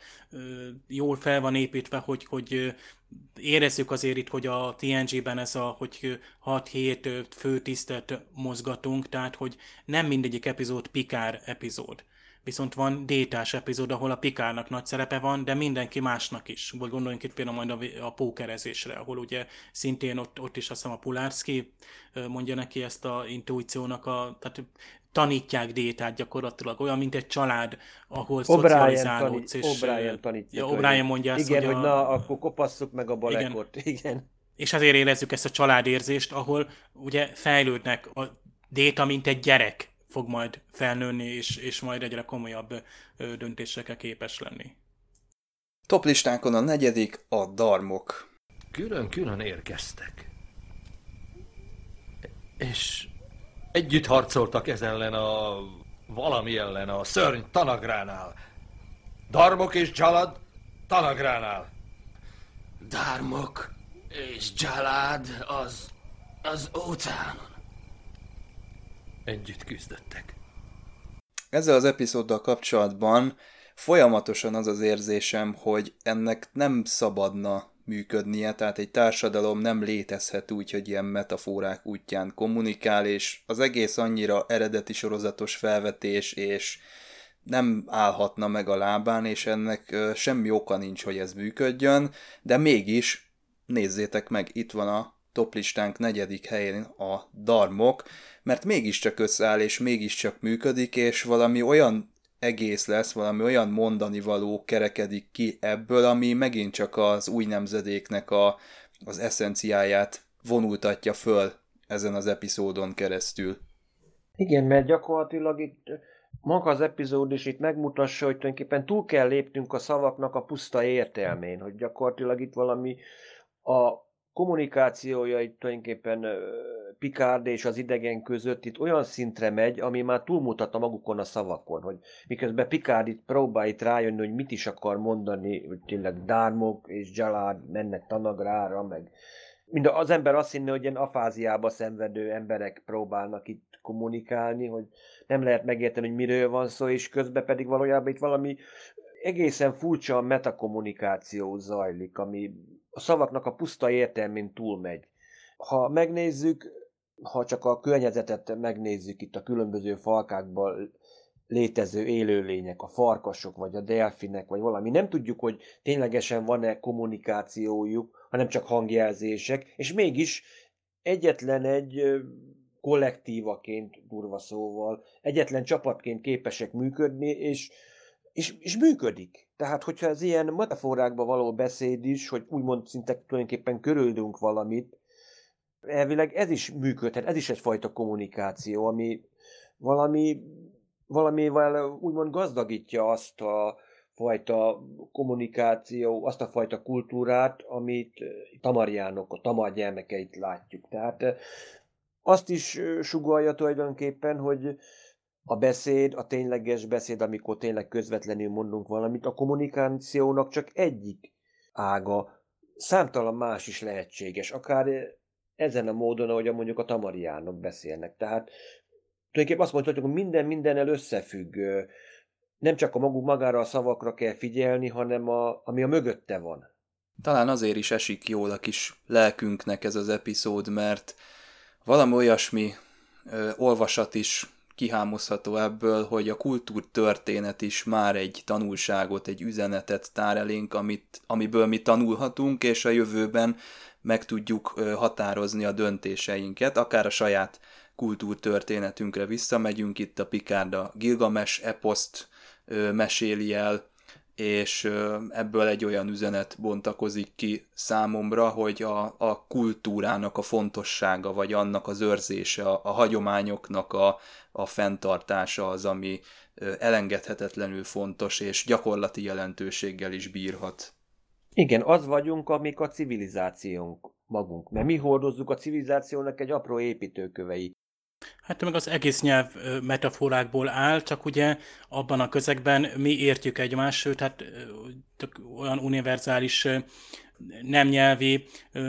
E: jól fel van építve, hogy, hogy érezzük azért itt, hogy a té en gé-ben ez a, hogy hat-hét főtisztet mozgatunk, tehát hogy nem mindegyik epizód Picard epizód. Viszont van Détás epizód, ahol a Picardnak nagy szerepe van, de mindenki másnak is. Vagy gondoljunk itt például majd a, a pókerezésre, ahol ugye szintén ott, ott is azt hiszem a Pularski mondja neki ezt a intuíciónak, a, tehát tanítják Détát gyakorlatilag, olyan, mint egy család, ahol szocializálódsz.
D: O'Brien tanítja.
E: Ja, O'Brien mondja azt,
D: igen,
E: hogy,
D: hogy
E: a,
D: na, akkor kopasszuk meg a balekot. Igen. igen.
E: És azért érezzük ezt a családérzést, ahol ugye fejlődnek a Data, mint egy gyerek fog majd felnőni, és, és majd egyre komolyabb döntésekre képes lenni.
C: Top listánkon a negyedik a Darmok.
G: Külön-külön érkeztek. És együtt harcoltak ez ellen a valami ellen, a szörny Tanagránál. Darmok és Jalad Tanagránál.
J: Darmok és Jalad az, az óceánon.
G: Együtt küzdöttek.
C: Ezzel az epizóddal kapcsolatban folyamatosan az az érzésem, hogy ennek nem szabadna működnie, tehát egy társadalom nem létezhet úgy, hogy ilyen metaforák útján kommunikál, és az egész annyira eredeti sorozatos felvetés, és nem állhatna meg a lábán, és ennek semmi oka nincs, hogy ez működjön, de mégis nézzétek meg, itt van a toplistánk negyedik helyén a Darmok, mert mégiscsak összeáll, és mégiscsak működik, és valami olyan egész lesz, valami olyan mondani való kerekedik ki ebből, ami megint csak az új nemzedéknek a, az eszenciáját vonultatja föl ezen az epizódon keresztül.
D: Igen, mert gyakorlatilag itt maga az epizód is itt megmutassa, hogy tulajdonképpen túl kell lépnünk a szavaknak a puszta értelmén, hogy gyakorlatilag itt valami a kommunikációja itt tulajdonképpen Picard és az idegen között itt olyan szintre megy, ami már túlmutat a magukon a szavakon, hogy miközben Picard itt próbál itt rájönni, hogy mit is akar mondani, hogy tényleg Darmok és Jalad mennek Tanagrára, meg mind az ember azt hinné, hogy ilyen afáziába szenvedő emberek próbálnak itt kommunikálni, hogy nem lehet megérteni, hogy miről van szó, és közben pedig valójában itt valami egészen furcsa metakommunikáció zajlik, ami a szavaknak a puszta értelmén túlmegy. Ha megnézzük, ha csak a környezetet megnézzük itt a különböző falkákban létező élőlények, a farkasok, vagy a delfinek, vagy valami, nem tudjuk, hogy ténylegesen van-e kommunikációjuk, hanem csak hangjelzések, és mégis egyetlen egy kollektívaként, durva szóval, egyetlen csapatként képesek működni, és, és, és működik. Tehát, hogyha ez ilyen metaforákba való beszéd is, hogy úgymond szinte tulajdonképpen körüldünk valamit, elvileg ez is működhet, ez is egyfajta kommunikáció, ami valami, valamivel úgymond gazdagítja azt a fajta kommunikáció, azt a fajta kultúrát, amit tamarjánok, a tamar gyermekeit látjuk. Tehát azt is sugallja tulajdonképpen, hogy a beszéd, a tényleges beszéd, amikor tényleg közvetlenül mondunk valamit, a kommunikációnak csak egyik ága, számtalan más is lehetséges, akár ezen a módon, ahogyan mondjuk a tamariánok beszélnek. Tehát tulajdonképpen azt mondhatjuk, hogy minden mindennel összefügg. Nem csak a maguk magára a szavakra kell figyelni, hanem a, ami a mögötte van.
C: Talán azért is esik jól a kis lelkünknek ez az epizód, mert valami olyasmi ö, olvasat is kihámozható ebből, hogy a kultúrtörténet is már egy tanulságot, egy üzenetet tár elénk, amit, amiből mi tanulhatunk, és a jövőben meg tudjuk határozni a döntéseinket, akár a saját kultúrtörténetünkre visszamegyünk, itt a Picard a Gilgamesh eposzt meséli el, és ebből egy olyan üzenet bontakozik ki számomra, hogy a, a kultúrának a fontossága, vagy annak az őrzése, a, a hagyományoknak a, a fenntartása az, ami elengedhetetlenül fontos, és gyakorlati jelentőséggel is bírhat.
D: Igen, az vagyunk, amik a civilizációnk magunk, mert mi hordozzuk a civilizációnak egy apró építőkövei.
E: Hát meg az egész nyelv metaforákból áll, csak ugye abban a közegben mi értjük egymást, sőt, hát olyan univerzális nem nyelvi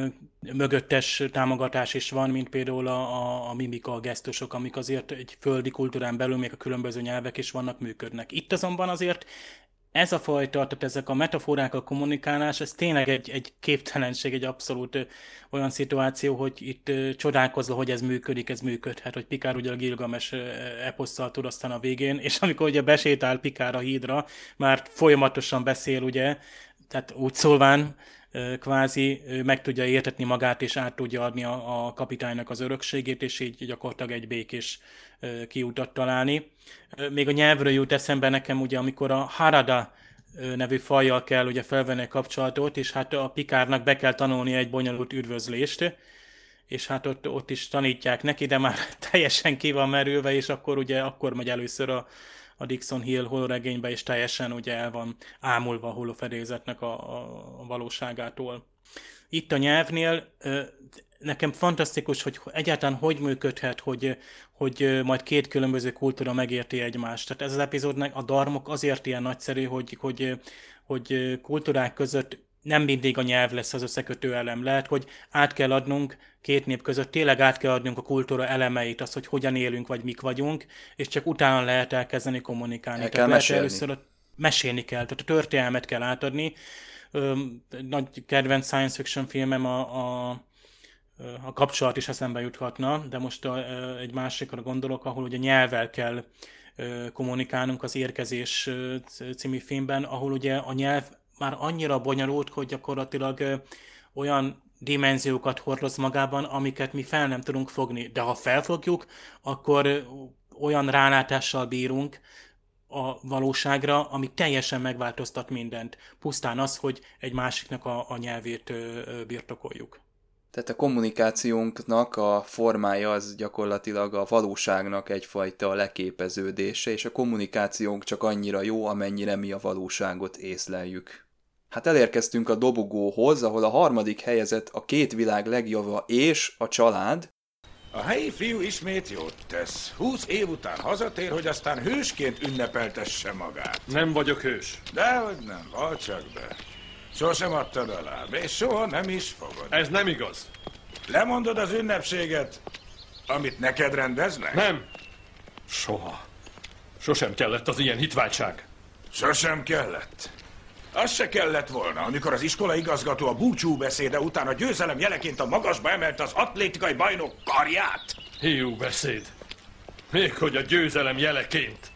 E: mögöttes támogatás is van, mint például a, a, a mimika, a gesztusok, amik azért egy földi kultúrán belül még a különböző nyelvek is vannak, működnek. Itt azonban azért ez a fajta, tehát ezek a metaforák, a kommunikálás, ez tényleg egy, egy képtelenség, egy abszolút ö, olyan szituáció, hogy itt ö, csodálkozva, hogy ez működik, ez működhet, hogy Picard ugye a Gilgamesh eposszal tud aztán a végén, és amikor ugye besétál Picard a hídra, már folyamatosan beszél, ugye, tehát úgy szólván, ö, kvázi ö, meg tudja értetni magát, és át tudja adni a, a kapitánynak az örökségét, és így gyakorlatilag egy békés ö, kiutat találni. Még a nyelvről jut eszembe nekem, ugye, amikor a Harada nevű fajjal kell ugye felvenni a kapcsolatot, és hát a Picardnak be kell tanulni egy bonyolult üdvözlést, és hát ott, ott is tanítják neki, de már teljesen ki van merülve, és akkor ugye akkor megy először a, a Dixon Hill holoregénybe, és teljesen ugye el van ámulva a holofedélzetnek a, a valóságától. Itt a nyelvnél nekem fantasztikus, hogy egyáltalán hogy működhet, hogy, hogy majd két különböző kultúra megérti egymást. Tehát ez az epizódnak a Darmok azért ilyen nagyszerű, hogy, hogy, hogy kultúrák között nem mindig a nyelv lesz az összekötő elem. Lehet, hogy át kell adnunk két nép között, tényleg át kell adnunk a kultúra elemeit, az, hogy hogyan élünk, vagy mik vagyunk, és csak utána lehet elkezdeni kommunikálni.
C: El
E: tehát
C: kell mesélni.
E: először a, mesélni kell, tehát a történelmet kell átadni. Ö, nagy kedvenc science fiction filmem a, a a kapcsolat is eszembe juthatna, de most a, egy másikra gondolok, ahol ugye nyelvvel kell kommunikálnunk az Érkezés című filmben, ahol ugye a nyelv már annyira bonyolult, hogy gyakorlatilag olyan dimenziókat hordoz magában, amiket mi fel nem tudunk fogni. De ha felfogjuk, akkor olyan rálátással bírunk a valóságra, ami teljesen megváltoztat mindent. Pusztán az, hogy egy másiknak a, a nyelvét birtokoljuk.
C: Tehát a kommunikációnknak a formája az gyakorlatilag a valóságnak egyfajta leképeződése, és a kommunikációnk csak annyira jó, amennyire mi a valóságot észleljük. Hát elérkeztünk a dobogóhoz, ahol a harmadik helyezett a Két világ legjava és a család.
K: A helyi fiú ismét jót tesz. Húsz év után hazatér, hogy aztán hősként ünnepeltesse magát.
G: Nem vagyok hős.
K: Dehogy nem, vall csak be. Sosem adtad alá, és soha nem is fogod.
G: Ez nem igaz.
K: Lemondod az ünnepséget, amit neked rendeznek?
G: Nem. Soha. Sosem kellett az ilyen hitványság.
K: Sosem kellett. Az se kellett volna, amikor az iskola igazgató a búcsú beszéde után a győzelem jeleként a magasba emelte az atlétikai bajnok karját.
G: Hiú beszéd. Még hogy a győzelem jeleként.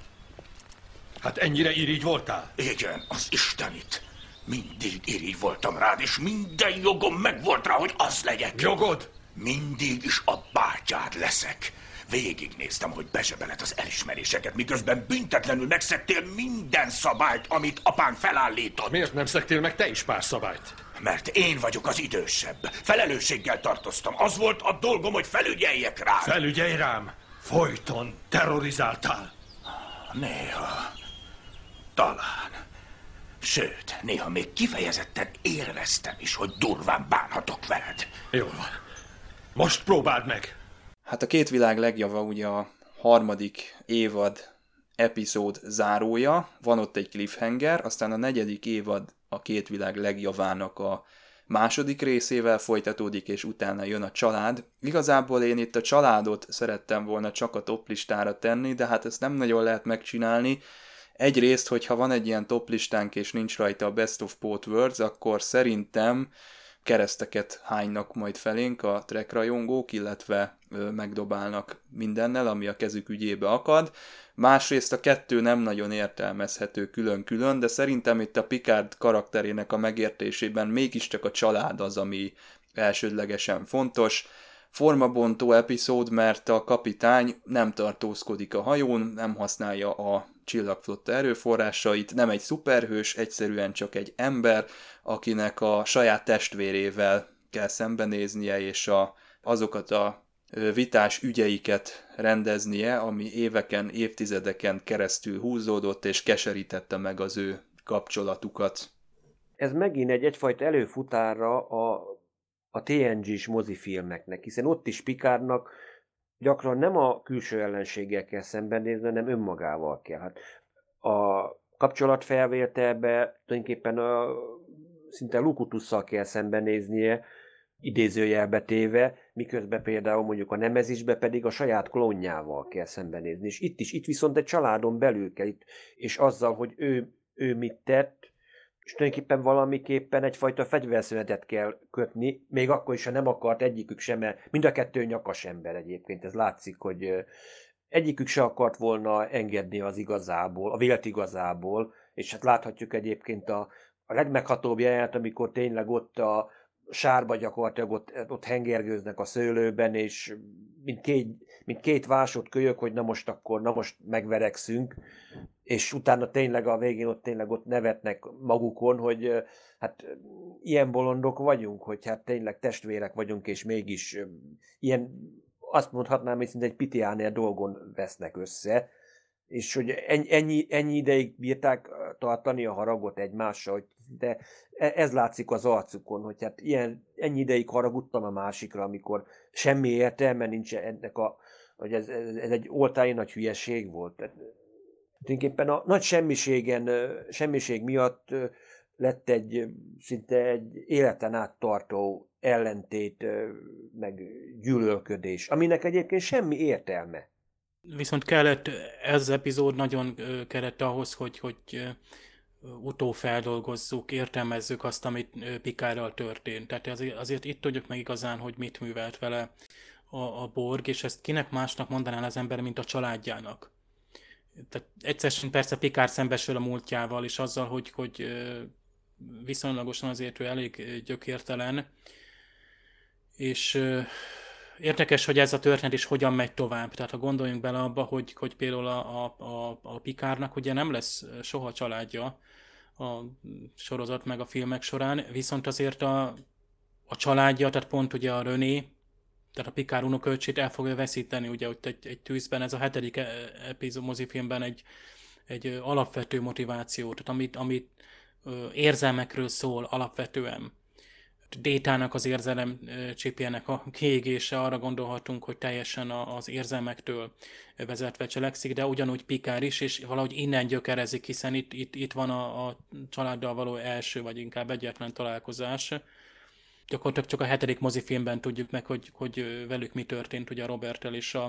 G: Hát ennyire irigy voltál?
K: Igen, az Istenit. Mindig irigy voltam rád, és minden jogom megvolt rá, hogy az legyek.
G: Jogod?
K: Mindig is a bátyád leszek. Végignéztem, hogy bezsebeled az elismeréseket, miközben büntetlenül megszegtél minden szabályt, amit apám felállított.
G: Miért nem szegtél meg te is pár szabályt?
K: Mert én vagyok az idősebb. Felelősséggel tartoztam. Az volt a dolgom, hogy felügyeljek rám.
G: Felügyelj rám! Folyton terrorizáltál.
K: Néha. Talán. Sőt, néha még kifejezetten élveztem is, hogy durván bánhatok veled.
G: Jól van. Most próbáld meg!
C: Hát a Két világ legjava ugye a harmadik évad epizód zárója, van ott egy cliffhanger, aztán a negyedik évad a Két világ legjavának a második részével folytatódik, és utána jön a család. Igazából én itt a családot szerettem volna csak a toplistára tenni, de hát ezt nem nagyon lehet megcsinálni. Egyrészt, hogyha van egy ilyen toplistánk, és nincs rajta a Best of Both Worlds, akkor szerintem kereszteket hánynak majd felénk a Trek rajongók, illetve ö, megdobálnak mindennel, ami a kezük ügyébe akad. Másrészt a kettő nem nagyon értelmezhető külön-külön, de szerintem itt a Picard karakterének a megértésében mégiscsak a család az, ami elsődlegesen fontos. Formabontó epizód, mert a kapitány nem tartózkodik a hajón, nem használja a csillagflotta erőforrásait, nem egy szuperhős, egyszerűen csak egy ember, akinek a saját testvérével kell szembenéznie, és a, azokat a vitás ügyeiket rendeznie, ami éveken, évtizedeken keresztül húzódott, és keserítette meg az ő kapcsolatukat.
D: Ez megint egy egyfajta előfutára a, a té en gés mozifilmeknek, hiszen ott is Picardnak gyakran nem a külső ellenséggel kell szembenézni, hanem önmagával kell. Hát a kapcsolatfelvételbe tulajdonképpen a, szinte Locutusszal kell szembenéznie, idézőjelbe téve, miközben például mondjuk a Nemezisbe pedig a saját klónjával kell szembenézni. És itt is, itt viszont egy családon belül kell, itt, és azzal, hogy ő, ő mit tett, és tulajdonképpen valamiképpen egyfajta fegyverszünetet kell kötni, még akkor is, ha nem akart egyikük sem, mert mind a kettő nyakas ember egyébként, ez látszik, hogy egyikük se akart volna engedni az igazából, a vélt igazából, és hát láthatjuk egyébként a, a legmeghatóbb jelenet, amikor tényleg ott a sárba gyakorlatilag ott, ott hengergőznek a szőlőben, és mint két, mint két vásott kölyök, hogy na most akkor, na most megverekszünk, és utána tényleg a végén ott tényleg ott nevetnek magukon, hogy hát ilyen bolondok vagyunk, hogy hát tényleg testvérek vagyunk, és mégis ilyen, azt mondhatnám, hogy szinte egy pitiánél dolgon vesznek össze, és hogy ennyi, ennyi ideig bírták tartani a haragot egymással, hogy de ez látszik az arcukon, hogy hát ilyen, ennyi ideig haragudtam a másikra, amikor semmi értelme nincs ennek a, hogy ez, ez egy oltári nagy hülyeség volt. Tulajdonképpen a nagy semmiségen, semmiség miatt lett egy szinte egy életen át tartó ellentét, meg gyűlölködés, aminek egyébként semmi értelme.
E: Viszont kellett, ez az epizód nagyon kellett ahhoz, hogy, hogy utófeldolgozzuk, értelmezzük azt, amit Picardral történt. Tehát azért, azért itt tudjuk meg igazán, hogy mit művelt vele a, a Borg, és ezt kinek másnak mondaná az ember, mint a családjának. tehát egyszerűen persze Picard szembesül a múltjával, és azzal, hogy, hogy viszonylagosan azért ő elég gyökértelen, és érdekes, hogy ez a történet is hogyan megy tovább. Tehát ha gondoljunk bele abba, hogy, hogy például a, a, a, a Picardnak ugye nem lesz soha családja a sorozat meg a filmek során, viszont azért a, a családja, tehát pont ugye a René, tehát a Picard unokaöccsét el fogja veszíteni, ugye hogy egy, egy tűzben, ez a hetedik epizód mozifilmben egy, egy alapvető motiváció, tehát amit, amit érzelmekről szól alapvetően. Détának az érzelem csípjének a kiégése, arra gondolhatunk, hogy teljesen az érzelmektől vezetve cselekszik, de ugyanúgy Picard is, és valahogy innen gyökerezik, hiszen itt, itt, itt van a, a családdal való első, vagy inkább egyetlen találkozás. Gyakorlatilag csak a hetedik mozifilmben tudjuk meg, hogy, hogy velük mi történt, ugye a Roberttel és a,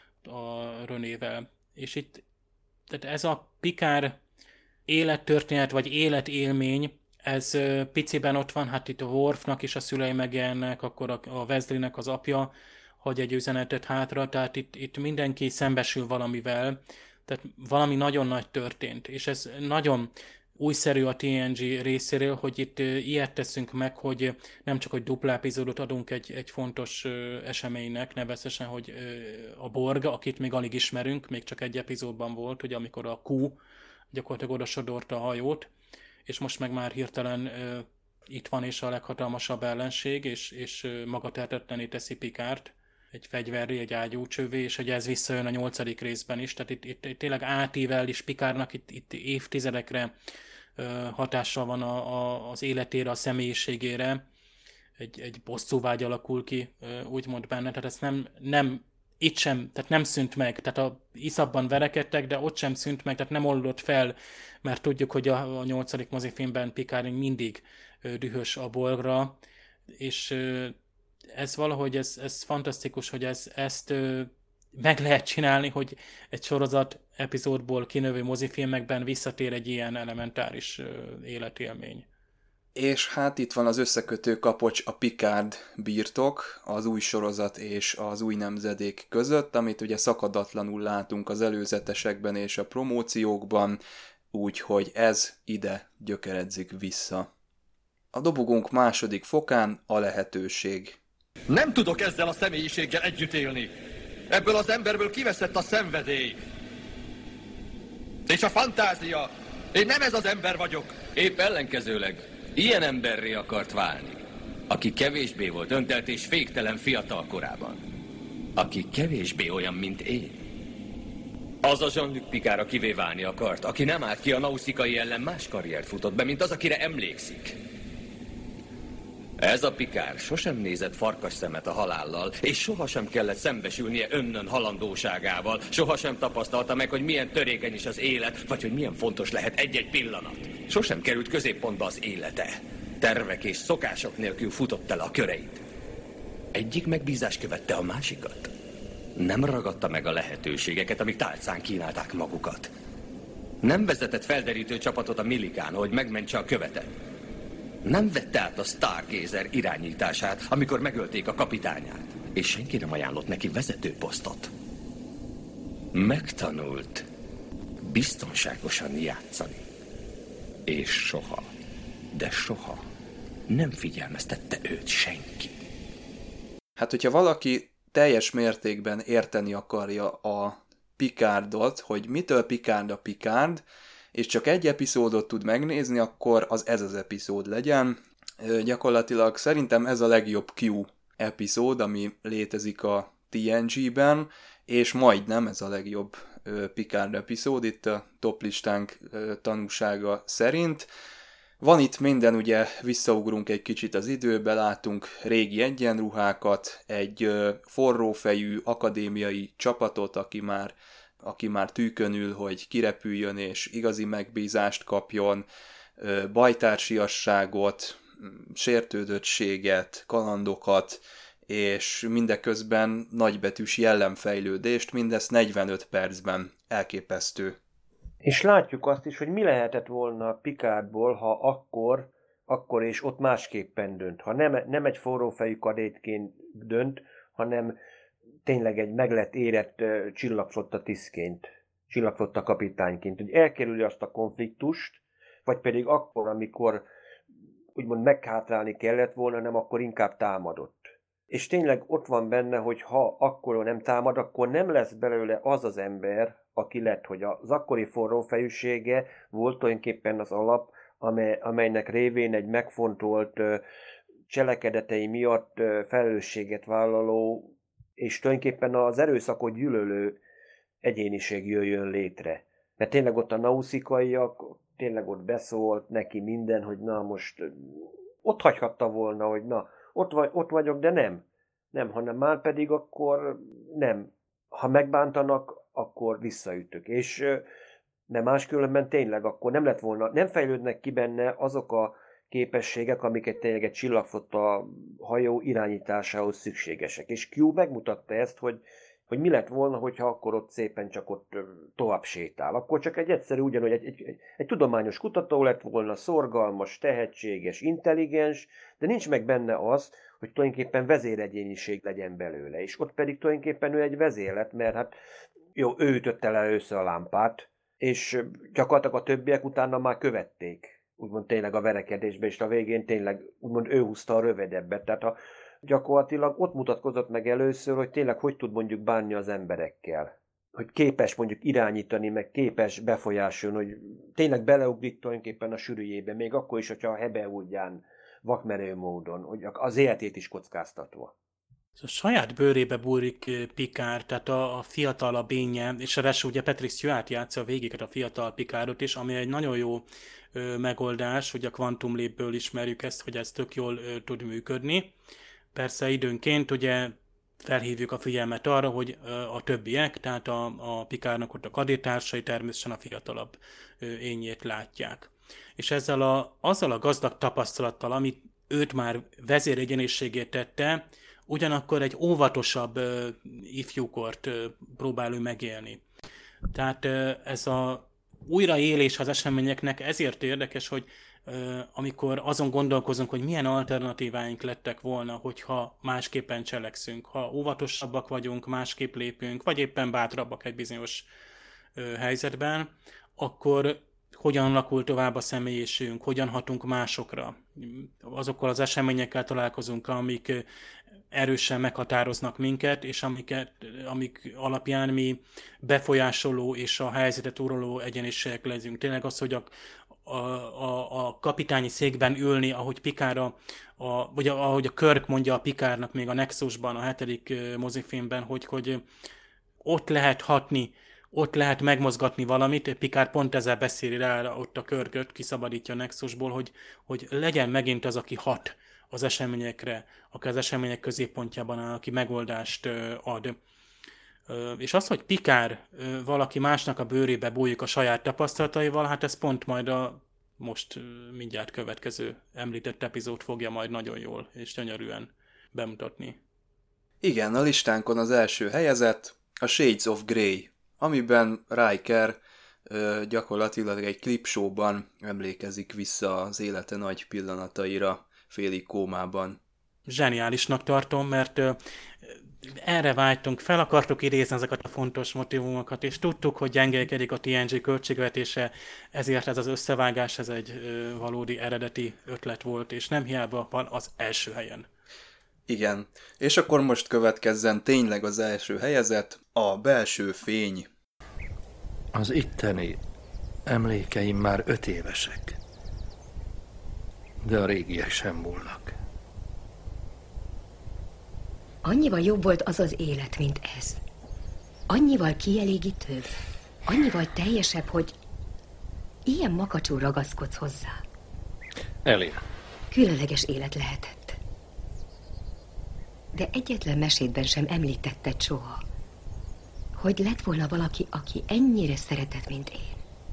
E: a Renével. És itt tehát ez a Picard élettörténet, vagy életélmény, ez piciben ott van, hát itt a Worfnak is a szülei megjelennek, akkor a, a Wesleynek az apja hagy egy üzenetet hátra, tehát itt, itt mindenki szembesül valamivel, tehát valami nagyon nagy történt, és ez nagyon újszerű a té en gé részéről, hogy itt ilyet teszünk meg, hogy nem csak, hogy dupla epizódot adunk egy, egy fontos eseménynek, nevezetesen, hogy a Borg, akit még alig ismerünk, még csak egy epizódban volt, ugye amikor a Q gyakorlatilag oda sodorta a hajót, és most meg már hirtelen uh, itt van és a leghatalmasabb ellenség, és, és uh, maga tehetetlené teszi Picardt egy fegyverré, egy ágyúcsővé, és hogy ez visszajön a nyolcadik részben is, tehát itt, itt, itt tényleg átível is Picardnak itt, itt évtizedekre uh, hatással van a, a, az életére, a személyiségére, egy, egy bosszúvágy alakul ki, uh, úgymond benne, tehát ezt nem, nem itt sem, tehát nem szűnt meg, tehát a iszapban verekedtek, de ott sem szűnt meg, tehát nem oldott fel, mert tudjuk, hogy a, a nyolcadik mozifilmben Picard mindig ö, dühös a Borgra, és ö, ez valahogy, ez, ez fantasztikus, hogy ez, ezt ö, meg lehet csinálni, hogy egy sorozat epizódból kinövő mozifilmekben visszatér egy ilyen elementáris ö, életélmény.
C: És hát itt van az összekötő kapocs, a Picard birtok, az új sorozat és az új nemzedék között, amit ugye szakadatlanul látunk az előzetesekben és a promóciókban, úgyhogy ez ide gyökeredzik vissza. A dobogónk második fokán a lehetőség.
G: Nem tudok ezzel a személyiséggel együtt élni. Ebből az emberből kiveszett a szenvedély. És a fantázia. Én nem ez az ember vagyok.
J: Épp ellenkezőleg. Ilyen emberré akart válni, aki kevésbé volt öntelt és féktelen fiatal korában. Aki kevésbé olyan, mint én. Az a Jean-Luc Picard, akivé válni akart, aki nem állt ki a nauszikai ellen, más karriert futott be, mint az, akire emlékszik. Ez a Picard sosem nézett farkas szemet a halállal, és sohasem kellett szembesülnie önnön halandóságával, sohasem tapasztalta meg, hogy milyen törékeny is az élet, vagy hogy milyen fontos lehet egy-egy pillanat. Sosem került középpontba az élete. Tervek és szokások nélkül futott el a köreit. Egyik megbízás követte a másikat. Nem ragadta meg a lehetőségeket, amik tálcán kínálták magukat. Nem vezetett felderítő csapatot a Millikán, hogy megmentse a követet. Nem vette át a Stargazer irányítását, amikor megölték a kapitányát, és senki nem ajánlott neki vezetőposztot. Megtanult biztonságosan játszani. És soha, de soha nem figyelmeztette őt senki.
C: Hát, hogyha valaki teljes mértékben érteni akarja a Picardot, hogy mitől Picard a Picard, és csak egy epizódot tud megnézni, akkor az ez az epizód legyen. Gyakorlatilag szerintem ez a legjobb Q epizód, ami létezik a té en gé-ben, és majdnem ez a legjobb Picard epizód itt a toplistánk tanúsága szerint. Van itt minden, ugye visszaugrunk egy kicsit az időbe, látunk régi egyenruhákat, egy forrófejű akadémiai csapatot, aki már aki már tűkön ül, hogy kirepüljön és igazi megbízást kapjon, bajtársiasságot, sértődöttséget, kalandokat, és mindeközben nagybetűs jellemfejlődést, mindezt negyvenöt percben. Elképesztő.
D: És látjuk azt is, hogy mi lehetett volna Picardból, ha akkor, akkor és ott másképpen dönt. Ha nem, nem egy forrófejű kadétként dönt, hanem tényleg egy meglett érett uh, csillagflotta tisztként. csillagflotta kapitányként, hogy elkerülje azt a konfliktust, vagy pedig akkor, amikor úgymond meghátrálni kellett volna, nem akkor inkább támadott. És tényleg ott van benne, hogy ha akkor nem támad, akkor nem lesz belőle az az ember, aki lett, hogy az akkori forrófejűsége volt tulajdonképpen az alap, amely, amelynek révén egy megfontolt cselekedetei miatt felelősséget vállaló, és tulajdonképpen az erőszakot gyűlölő egyéniség jöjjön létre. Mert tényleg ott a nauszikaiak, tényleg ott beszólt neki minden, hogy na most ott hagyhatta volna, hogy na, ott, vagy, ott vagyok, de nem. Nem, hanem már pedig akkor nem. Ha megbántanak, akkor visszaütök. És de máskülönben tényleg akkor nem lett volna, nem fejlődnek ki benne azok a képességek, amiket tényleg egy csillagflotta hajó irányításához szükségesek. És Q megmutatta ezt, hogy, hogy mi lett volna, hogyha akkor ott szépen csak ott tovább sétál. Akkor csak egy egyszerű, ugyanúgy egy, egy, egy, egy tudományos kutató lett volna, szorgalmas, tehetséges, intelligens, de nincs meg benne az, hogy tulajdonképpen vezéregyéniség legyen belőle. És ott pedig tulajdonképpen ő egy vezér lett, mert hát jó, ő ütötte le először a lámpát, és gyakorlatilag a többiek utána már követték. Úgymond tényleg a verekedésbe, és a végén tényleg úgymond ő húzta a rövidebbet. Tehát a, gyakorlatilag ott mutatkozott meg először, hogy tényleg hogy tud mondjuk bánni az emberekkel. Hogy képes mondjuk irányítani, meg képes befolyásolni, hogy tényleg beleugrik tulajdonképpen a sűrűjébe, még akkor is, hogyha a Hebeudján vakmerő módon, hogy az életét is kockáztatva.
E: A saját bőrébe bújik Picard, tehát a, a fiatal, a bénye, és a ráadásul ugye Patrick Stewart játsza végig a fiatal Picardot is, ami egy nagyon jó ö, megoldás, hogy a Quantum Leap-ből ismerjük ezt, hogy ez tök jól ö, tud működni. Persze időnként ugye felhívjuk a figyelmet arra, hogy ö, a többiek, tehát a, a Picardnak ott a kadétársai természetesen a fiatalabb ö, ényét látják. És ezzel a, azzal a gazdag tapasztalattal, amit őt már vezéregyéniségét tette, ugyanakkor egy óvatosabb uh, ifjúkort uh, próbál ő megélni. Tehát uh, ez a újraélés az eseményeknek ezért érdekes, hogy uh, amikor azon gondolkozunk, hogy milyen alternatíváink lettek volna, hogyha másképpen cselekszünk, ha óvatosabbak vagyunk, másképp lépünk, vagy éppen bátrabbak egy bizonyos uh, helyzetben, akkor hogyan alakul tovább a személyiségünk, hogyan hatunk másokra. Azokkal az eseményekkel találkozunk, amik erősen meghatároznak minket, és amiket, amik alapján mi befolyásoló és a helyzetet uraló egyéniségek leszünk. Tényleg az, hogy a, a, a, a kapitányi székben ülni, ahogy Picard, a, a, vagy ahogy a Kirk mondja a Picardnak még a Nexusban, a hetedik mozifilmben, hogy, hogy ott lehet hatni, ott lehet megmozgatni valamit, Picard pont ezzel beszéli rá ott a Kirköt, kiszabadítja a Nexusból, hogy, hogy legyen megint az, aki hat az eseményekre, aki az események középpontjában áll, aki megoldást ad. És az, hogy Picard valaki másnak a bőrébe bújik a saját tapasztalataival, hát ez pont majd a most mindjárt következő említett epizód fogja majd nagyon jól és gyönyörűen bemutatni.
C: Igen, a listánkon az első helyezett a Shades of Grey, amiben Riker ö, gyakorlatilag egy klipshowban emlékezik vissza az élete nagy pillanataira, félig kómában.
E: Zseniálisnak tartom, mert ö, erre vágytunk, fel akartuk idézni ezeket a fontos motivumokat, és tudtuk, hogy gyengélkedik a té en gé költségvetése, ezért ez az összevágás, ez egy ö, valódi eredeti ötlet volt, és nem hiába van az első helyen.
C: Igen, és akkor most következzen tényleg az első helyezett, a Belső fény.
G: Az itteni emlékeim már öt évesek, de a régiek sem múlnak.
L: Annyival jobb volt az az élet, mint ez. Annyival kielégítőbb, annyival teljesebb, hogy ilyen makacsul ragaszkodsz hozzá.
G: Elén.
L: Különleges élet lehetett. De egyetlen mesétben sem említetted soha, hogy lett volna valaki, aki ennyire szeretett, mint én.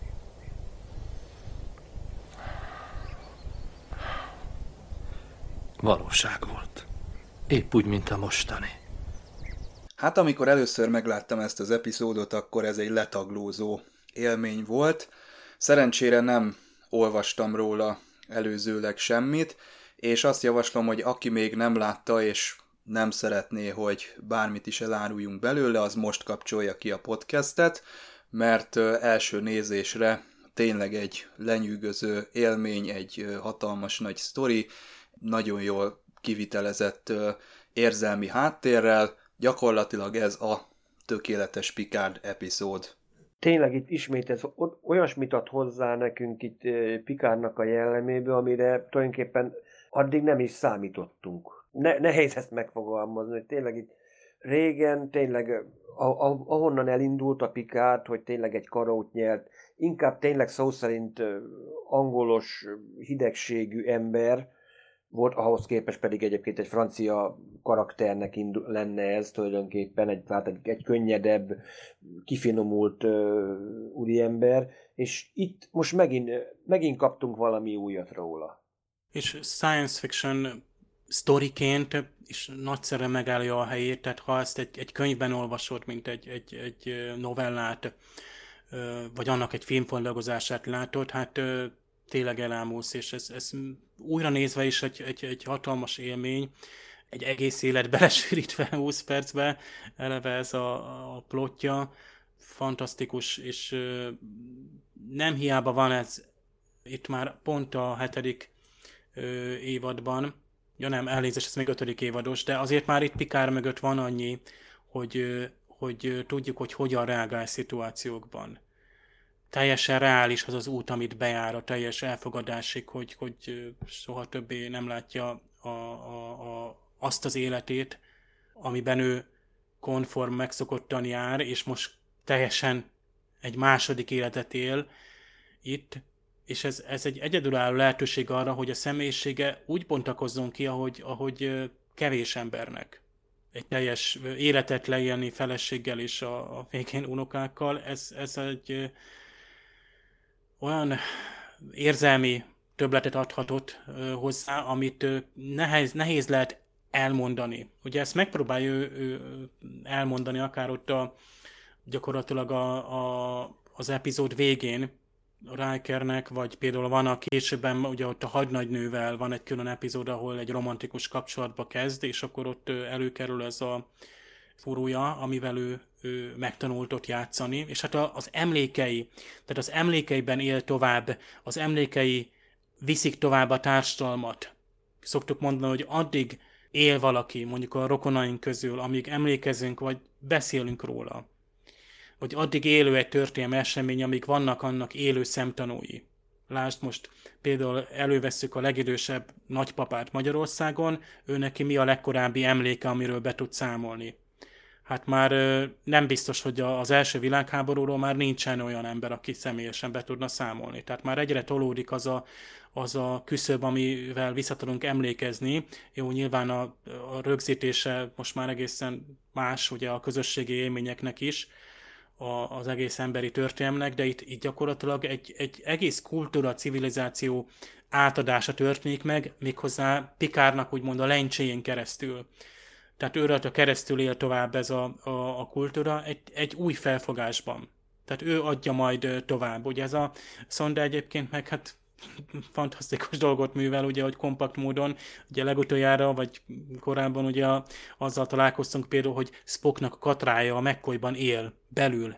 G: Valóság volt. Épp úgy, mint a mostani.
C: Hát amikor először megláttam ezt az epizódot, akkor ez egy letaglózó élmény volt. Szerencsére nem olvastam róla előzőleg semmit, és azt javaslom, hogy aki még nem látta, és nem szeretné, hogy bármit is eláruljunk belőle, az most kapcsolja ki a podcastet, mert első nézésre tényleg egy lenyűgöző élmény, egy hatalmas nagy sztori, nagyon jól kivitelezett érzelmi háttérrel, gyakorlatilag ez a tökéletes Picard epizód.
D: Tényleg itt ismét ez olyasmit ad hozzá nekünk itt Picardnak a jelleméből, amire tulajdonképpen addig nem is számítottunk. Ne, nehéz ezt megfogalmazni, hogy tényleg itt régen tényleg ahonnan elindult a Picard, hogy tényleg egy karót nyert, inkább tényleg szó szerint angolos, hidegségű ember volt, ahhoz képest pedig egyébként egy francia karakternek indul, lenne ez tulajdonképpen, egy, tehát egy, egy könnyedebb, kifinomult uh, úriember, és itt most megint, megint kaptunk valami újat róla.
E: És science fiction sztoriként is nagyszerűen megállja a helyét, tehát ha ezt egy, egy könyvben olvasod, mint egy, egy, egy novellát, vagy annak egy filmfondagozását látod, hát tényleg elámulsz, és ez, ez újra nézve is egy, egy, egy hatalmas élmény, egy egész élet belesűrítve húsz percbe, eleve ez a, a plotja, fantasztikus, és nem hiába van ez itt már pont a hetedik évadban, ja nem, elnézést, ez még ötödik évados, de azért már itt Picard mögött van annyi, hogy, hogy tudjuk, hogy hogyan reagál szituációkban. Teljesen reális az az út, amit bejár, a teljes elfogadásig, hogy, hogy soha többé nem látja a, a, a, azt az életét, amiben ő konform megszokottan jár, és most teljesen egy második életet él itt, és ez, ez egy egyedülálló lehetőség arra, hogy a személyisége úgy bontakozzon ki, ahogy, ahogy kevés embernek. Egy teljes életet leélni feleséggel és a, a végén unokákkal, ez, ez egy olyan érzelmi többletet adhatott hozzá, amit nehéz, nehéz lehet elmondani. Ugye ezt megpróbálja ő, ő elmondani akár ott a, gyakorlatilag a, a, az epizód végén Rikernek, vagy például van a későbben, ugye ott a hadnagynővel van egy külön epizód, ahol egy romantikus kapcsolatba kezd, és akkor ott előkerül ez a furúja, amivel ő, ő megtanult ott játszani, és hát az emlékei, tehát az emlékeiben él tovább, az emlékei viszik tovább a társadalmat. Szoktuk mondani, hogy addig él valaki, mondjuk a rokonaink közül, amíg emlékezünk, vagy beszélünk róla. Vagy addig élő egy történelmi esemény, amíg vannak annak élő szemtanúi. Lásd most, például elővesszük a legidősebb nagypapát Magyarországon, ő neki mi a legkorábbi emléke, amiről be tud számolni. Hát már nem biztos, hogy az első világháborúról már nincsen olyan ember, aki személyesen be tudna számolni. Tehát már egyre tolódik az a, az a küszöb, amivel vissza tudunk emlékezni. Jó, nyilván a, a rögzítése most már egészen más, ugye a közösségi élményeknek is, a, az egész emberi történelmnek, de itt, itt gyakorlatilag egy, egy egész kultúra, civilizáció átadása történik meg, méghozzá Picardnak úgymond a lencséjén keresztül. Tehát ő rajta keresztül él tovább ez a, a, a kultúra egy, egy új felfogásban. Tehát ő adja majd tovább. Ugye ez a szonda egyébként meg hát fantasztikus dolgot művel, ugye, hogy kompakt módon, ugye legutoljára, vagy korábban ugye a, azzal találkoztunk például, hogy Spocknak a katrája a McCoyban él belül,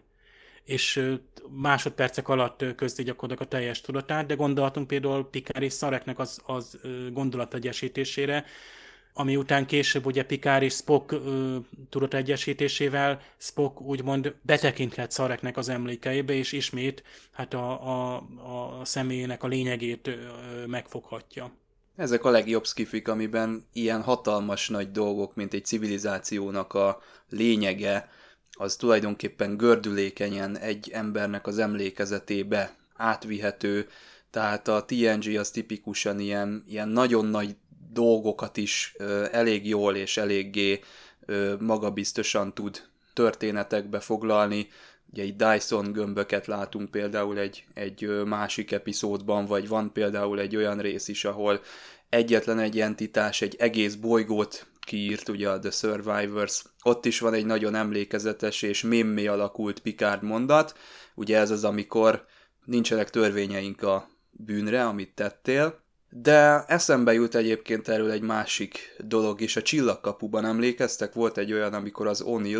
E: és másodpercek alatt közdi gyakorlatilag a teljes tudatát, de gondolhatunk például Picard és Sareknek az, az gondolategyesítésére, ami után később ugye Picard és Spock ö, tudategyesítésével Spock úgymond betekinthet Sareknek az emlékeibe, és ismét hát a, a, a személyének a lényegét ö, megfoghatja.
C: Ezek a legjobb skifik, amiben ilyen hatalmas nagy dolgok, mint egy civilizációnak a lényege, az tulajdonképpen gördülékenyen egy embernek az emlékezetébe átvihető, tehát a té en gé az tipikusan ilyen, ilyen nagyon nagy dolgokat is ö, elég jól és eléggé ö, magabiztosan tud történetekbe foglalni. Ugye egy Dyson gömböket látunk például egy, egy ö, másik epizódban, vagy van például egy olyan rész is, ahol egyetlen egy entitás egy egész bolygót kiírt, ugye a The Survivors. Ott is van egy nagyon emlékezetes és mémmé alakult Picard mondat. Ugye ez az, amikor nincsenek törvényeink a bűnre, amit tettél. De eszembe jut egyébként erről egy másik dolog is. A Csillagkapuban emlékeztek? Volt egy olyan, amikor az O'Neill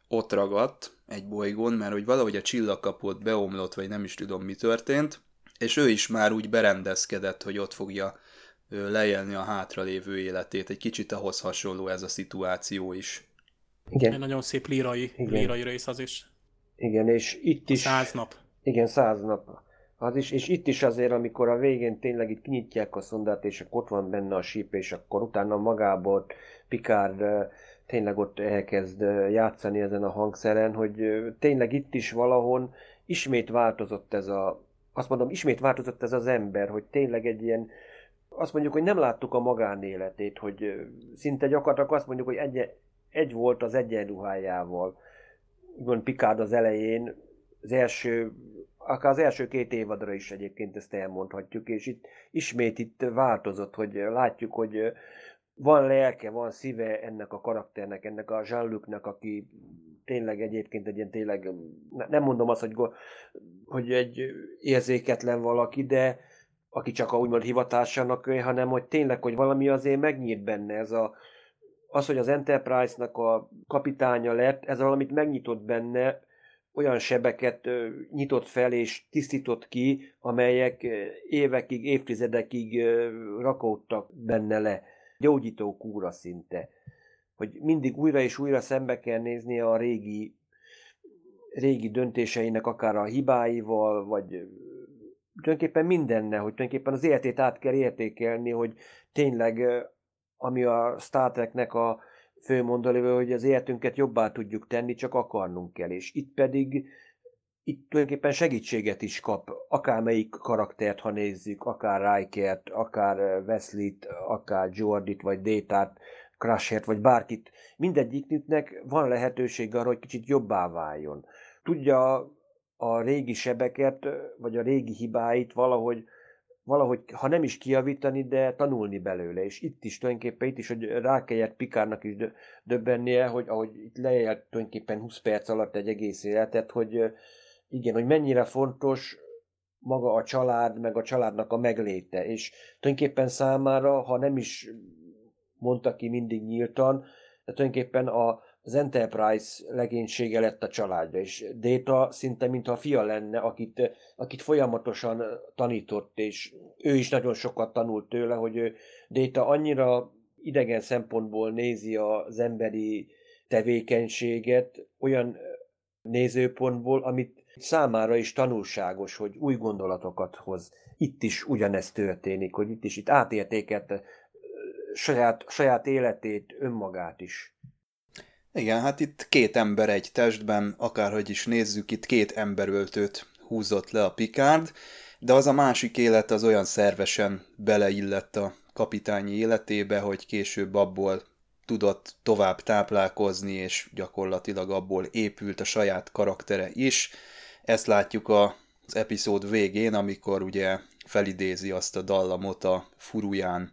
C: ott ragadt egy bolygón, mert hogy valahogy a csillagkaput beomlott, vagy nem is tudom mi történt, és ő is már úgy berendezkedett, hogy ott fogja leélni a hátralévő életét. Egy kicsit ahhoz hasonló ez a szituáció is.
E: Igen. Egy nagyon szép lírai, lírai rész az is.
D: Igen, és itt is...
E: Száz nap.
D: Igen, száz nap. Az is, és itt is azért, amikor a végén tényleg itt kinyitják a szondát, és akkor ott van benne a síp, és akkor utána magából Picard tényleg ott elkezd játszani ezen a hangszeren, hogy tényleg itt is valahon ismét változott ez a... Azt mondom, ismét változott ez az ember, hogy tényleg egy ilyen... Azt mondjuk, hogy nem láttuk a magánéletét, hogy szinte gyakorlatilag azt mondjuk, hogy egy, egy volt az egyenruhájával. Úgymond Picard az elején, az első, akár az első két évadra is egyébként ezt elmondhatjuk, és itt ismét itt változott, hogy látjuk, hogy van lelke, van szíve ennek a karakternek, ennek a Jean-Lucnak, aki tényleg egyébként egy ilyen tényleg, nem mondom azt, hogy, hogy egy érzéketlen valaki, de aki csak a úgymond hivatásának, hanem hogy tényleg, hogy valami azért megnyílt benne, ez a, az, hogy az Enterprise-nak a kapitánya lett, ez valamit megnyitott benne, olyan sebeket ö, nyitott fel és tisztított ki, amelyek évekig, évtizedekig ö, rakódtak benne le. Gyógyító kúra szinte. Hogy mindig újra és újra szembe kell néznie a régi, régi döntéseinek, akár a hibáival, vagy tulajdonképpen mindenne, hogy tulajdonképpen az életét át kell értékelni, hogy tényleg, ami a Star Treknek a főmondalével, hogy az életünket jobbá tudjuk tenni, csak akarnunk kell. És itt pedig, itt tulajdonképpen segítséget is kap, akármelyik karaktert, ha nézzük, akár Rikert, akár Wesley-t, akár Geordi-t, vagy Data-t, Crusher-t, vagy bárkit. Mindegyiknek van lehetőség arra, hogy kicsit jobbá váljon. Tudja a régi sebeket, vagy a régi hibáit valahogy, valahogy, ha nem is kijavítani, de tanulni belőle. És itt is tulajdonképpen, itt is, hogy rá kellett Picardnak is döbbennie, hogy ahogy itt leélt tulajdonképpen húsz perc alatt egy egész életet, hogy igen, hogy mennyire fontos maga a család, meg a családnak a megléte. És tulajdonképpen számára, ha nem is mondta ki mindig nyíltan, de tulajdonképpen a az Enterprise legénysége lett a családja, és Data szinte mintha fia lenne, akit, akit folyamatosan tanított, és ő is nagyon sokat tanult tőle, hogy Data annyira idegen szempontból nézi az emberi tevékenységet, olyan nézőpontból, amit számára is tanulságos, hogy új gondolatokat hoz. Itt is ugyanezt történik, hogy itt is itt átértékelte saját, saját életét, önmagát is.
C: Igen, hát itt két ember egy testben, akárhogy is nézzük, itt két emberöltőt húzott le a Picard, de az a másik élet az olyan szervesen beleillett a kapitányi életébe, hogy később abból tudott tovább táplálkozni, és gyakorlatilag abból épült a saját karaktere is. Ezt látjuk az epizód végén, amikor ugye felidézi azt a dallamot a furuján.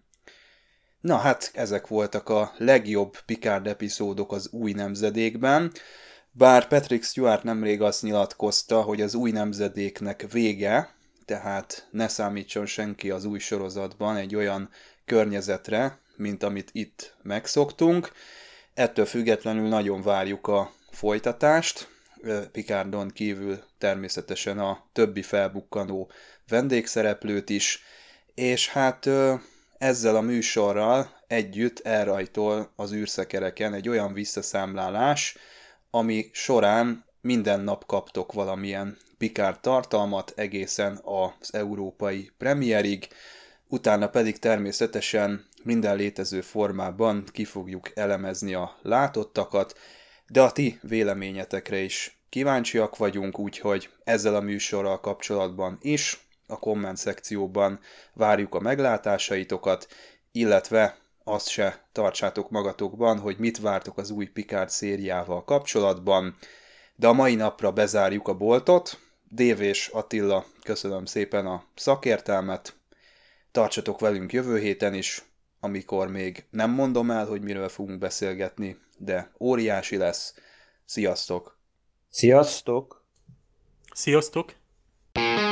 C: Na hát, ezek voltak a legjobb Picard epizódok az új nemzedékben, bár Patrick Stewart nemrég azt nyilatkozta, hogy az új nemzedéknek vége, tehát ne számítson senki az új sorozatban egy olyan környezetre, mint amit itt megszoktunk. Ettől függetlenül nagyon várjuk a folytatást, Picardon kívül természetesen a többi felbukkanó vendégszereplőt is, és hát ezzel a műsorral együtt elrajtol az űrszekereken egy olyan visszaszámlálás, ami során minden nap kaptok valamilyen Picard tartalmat egészen az európai premierig, utána pedig természetesen minden létező formában ki fogjuk elemezni a látottakat, de a ti véleményetekre is kíváncsiak vagyunk, úgyhogy ezzel a műsorral kapcsolatban is a komment szekcióban várjuk a meglátásaitokat, illetve azt se tartsátok magatokban, hogy mit vártok az új Picard szériával kapcsolatban, de a mai napra bezárjuk a boltot. Dév és Attila, köszönöm szépen a szakértelmet, tartsatok velünk jövő héten is, amikor még nem mondom el, hogy miről fogunk beszélgetni, de óriási lesz. Sziasztok!
D: Sziasztok!
E: Sziasztok!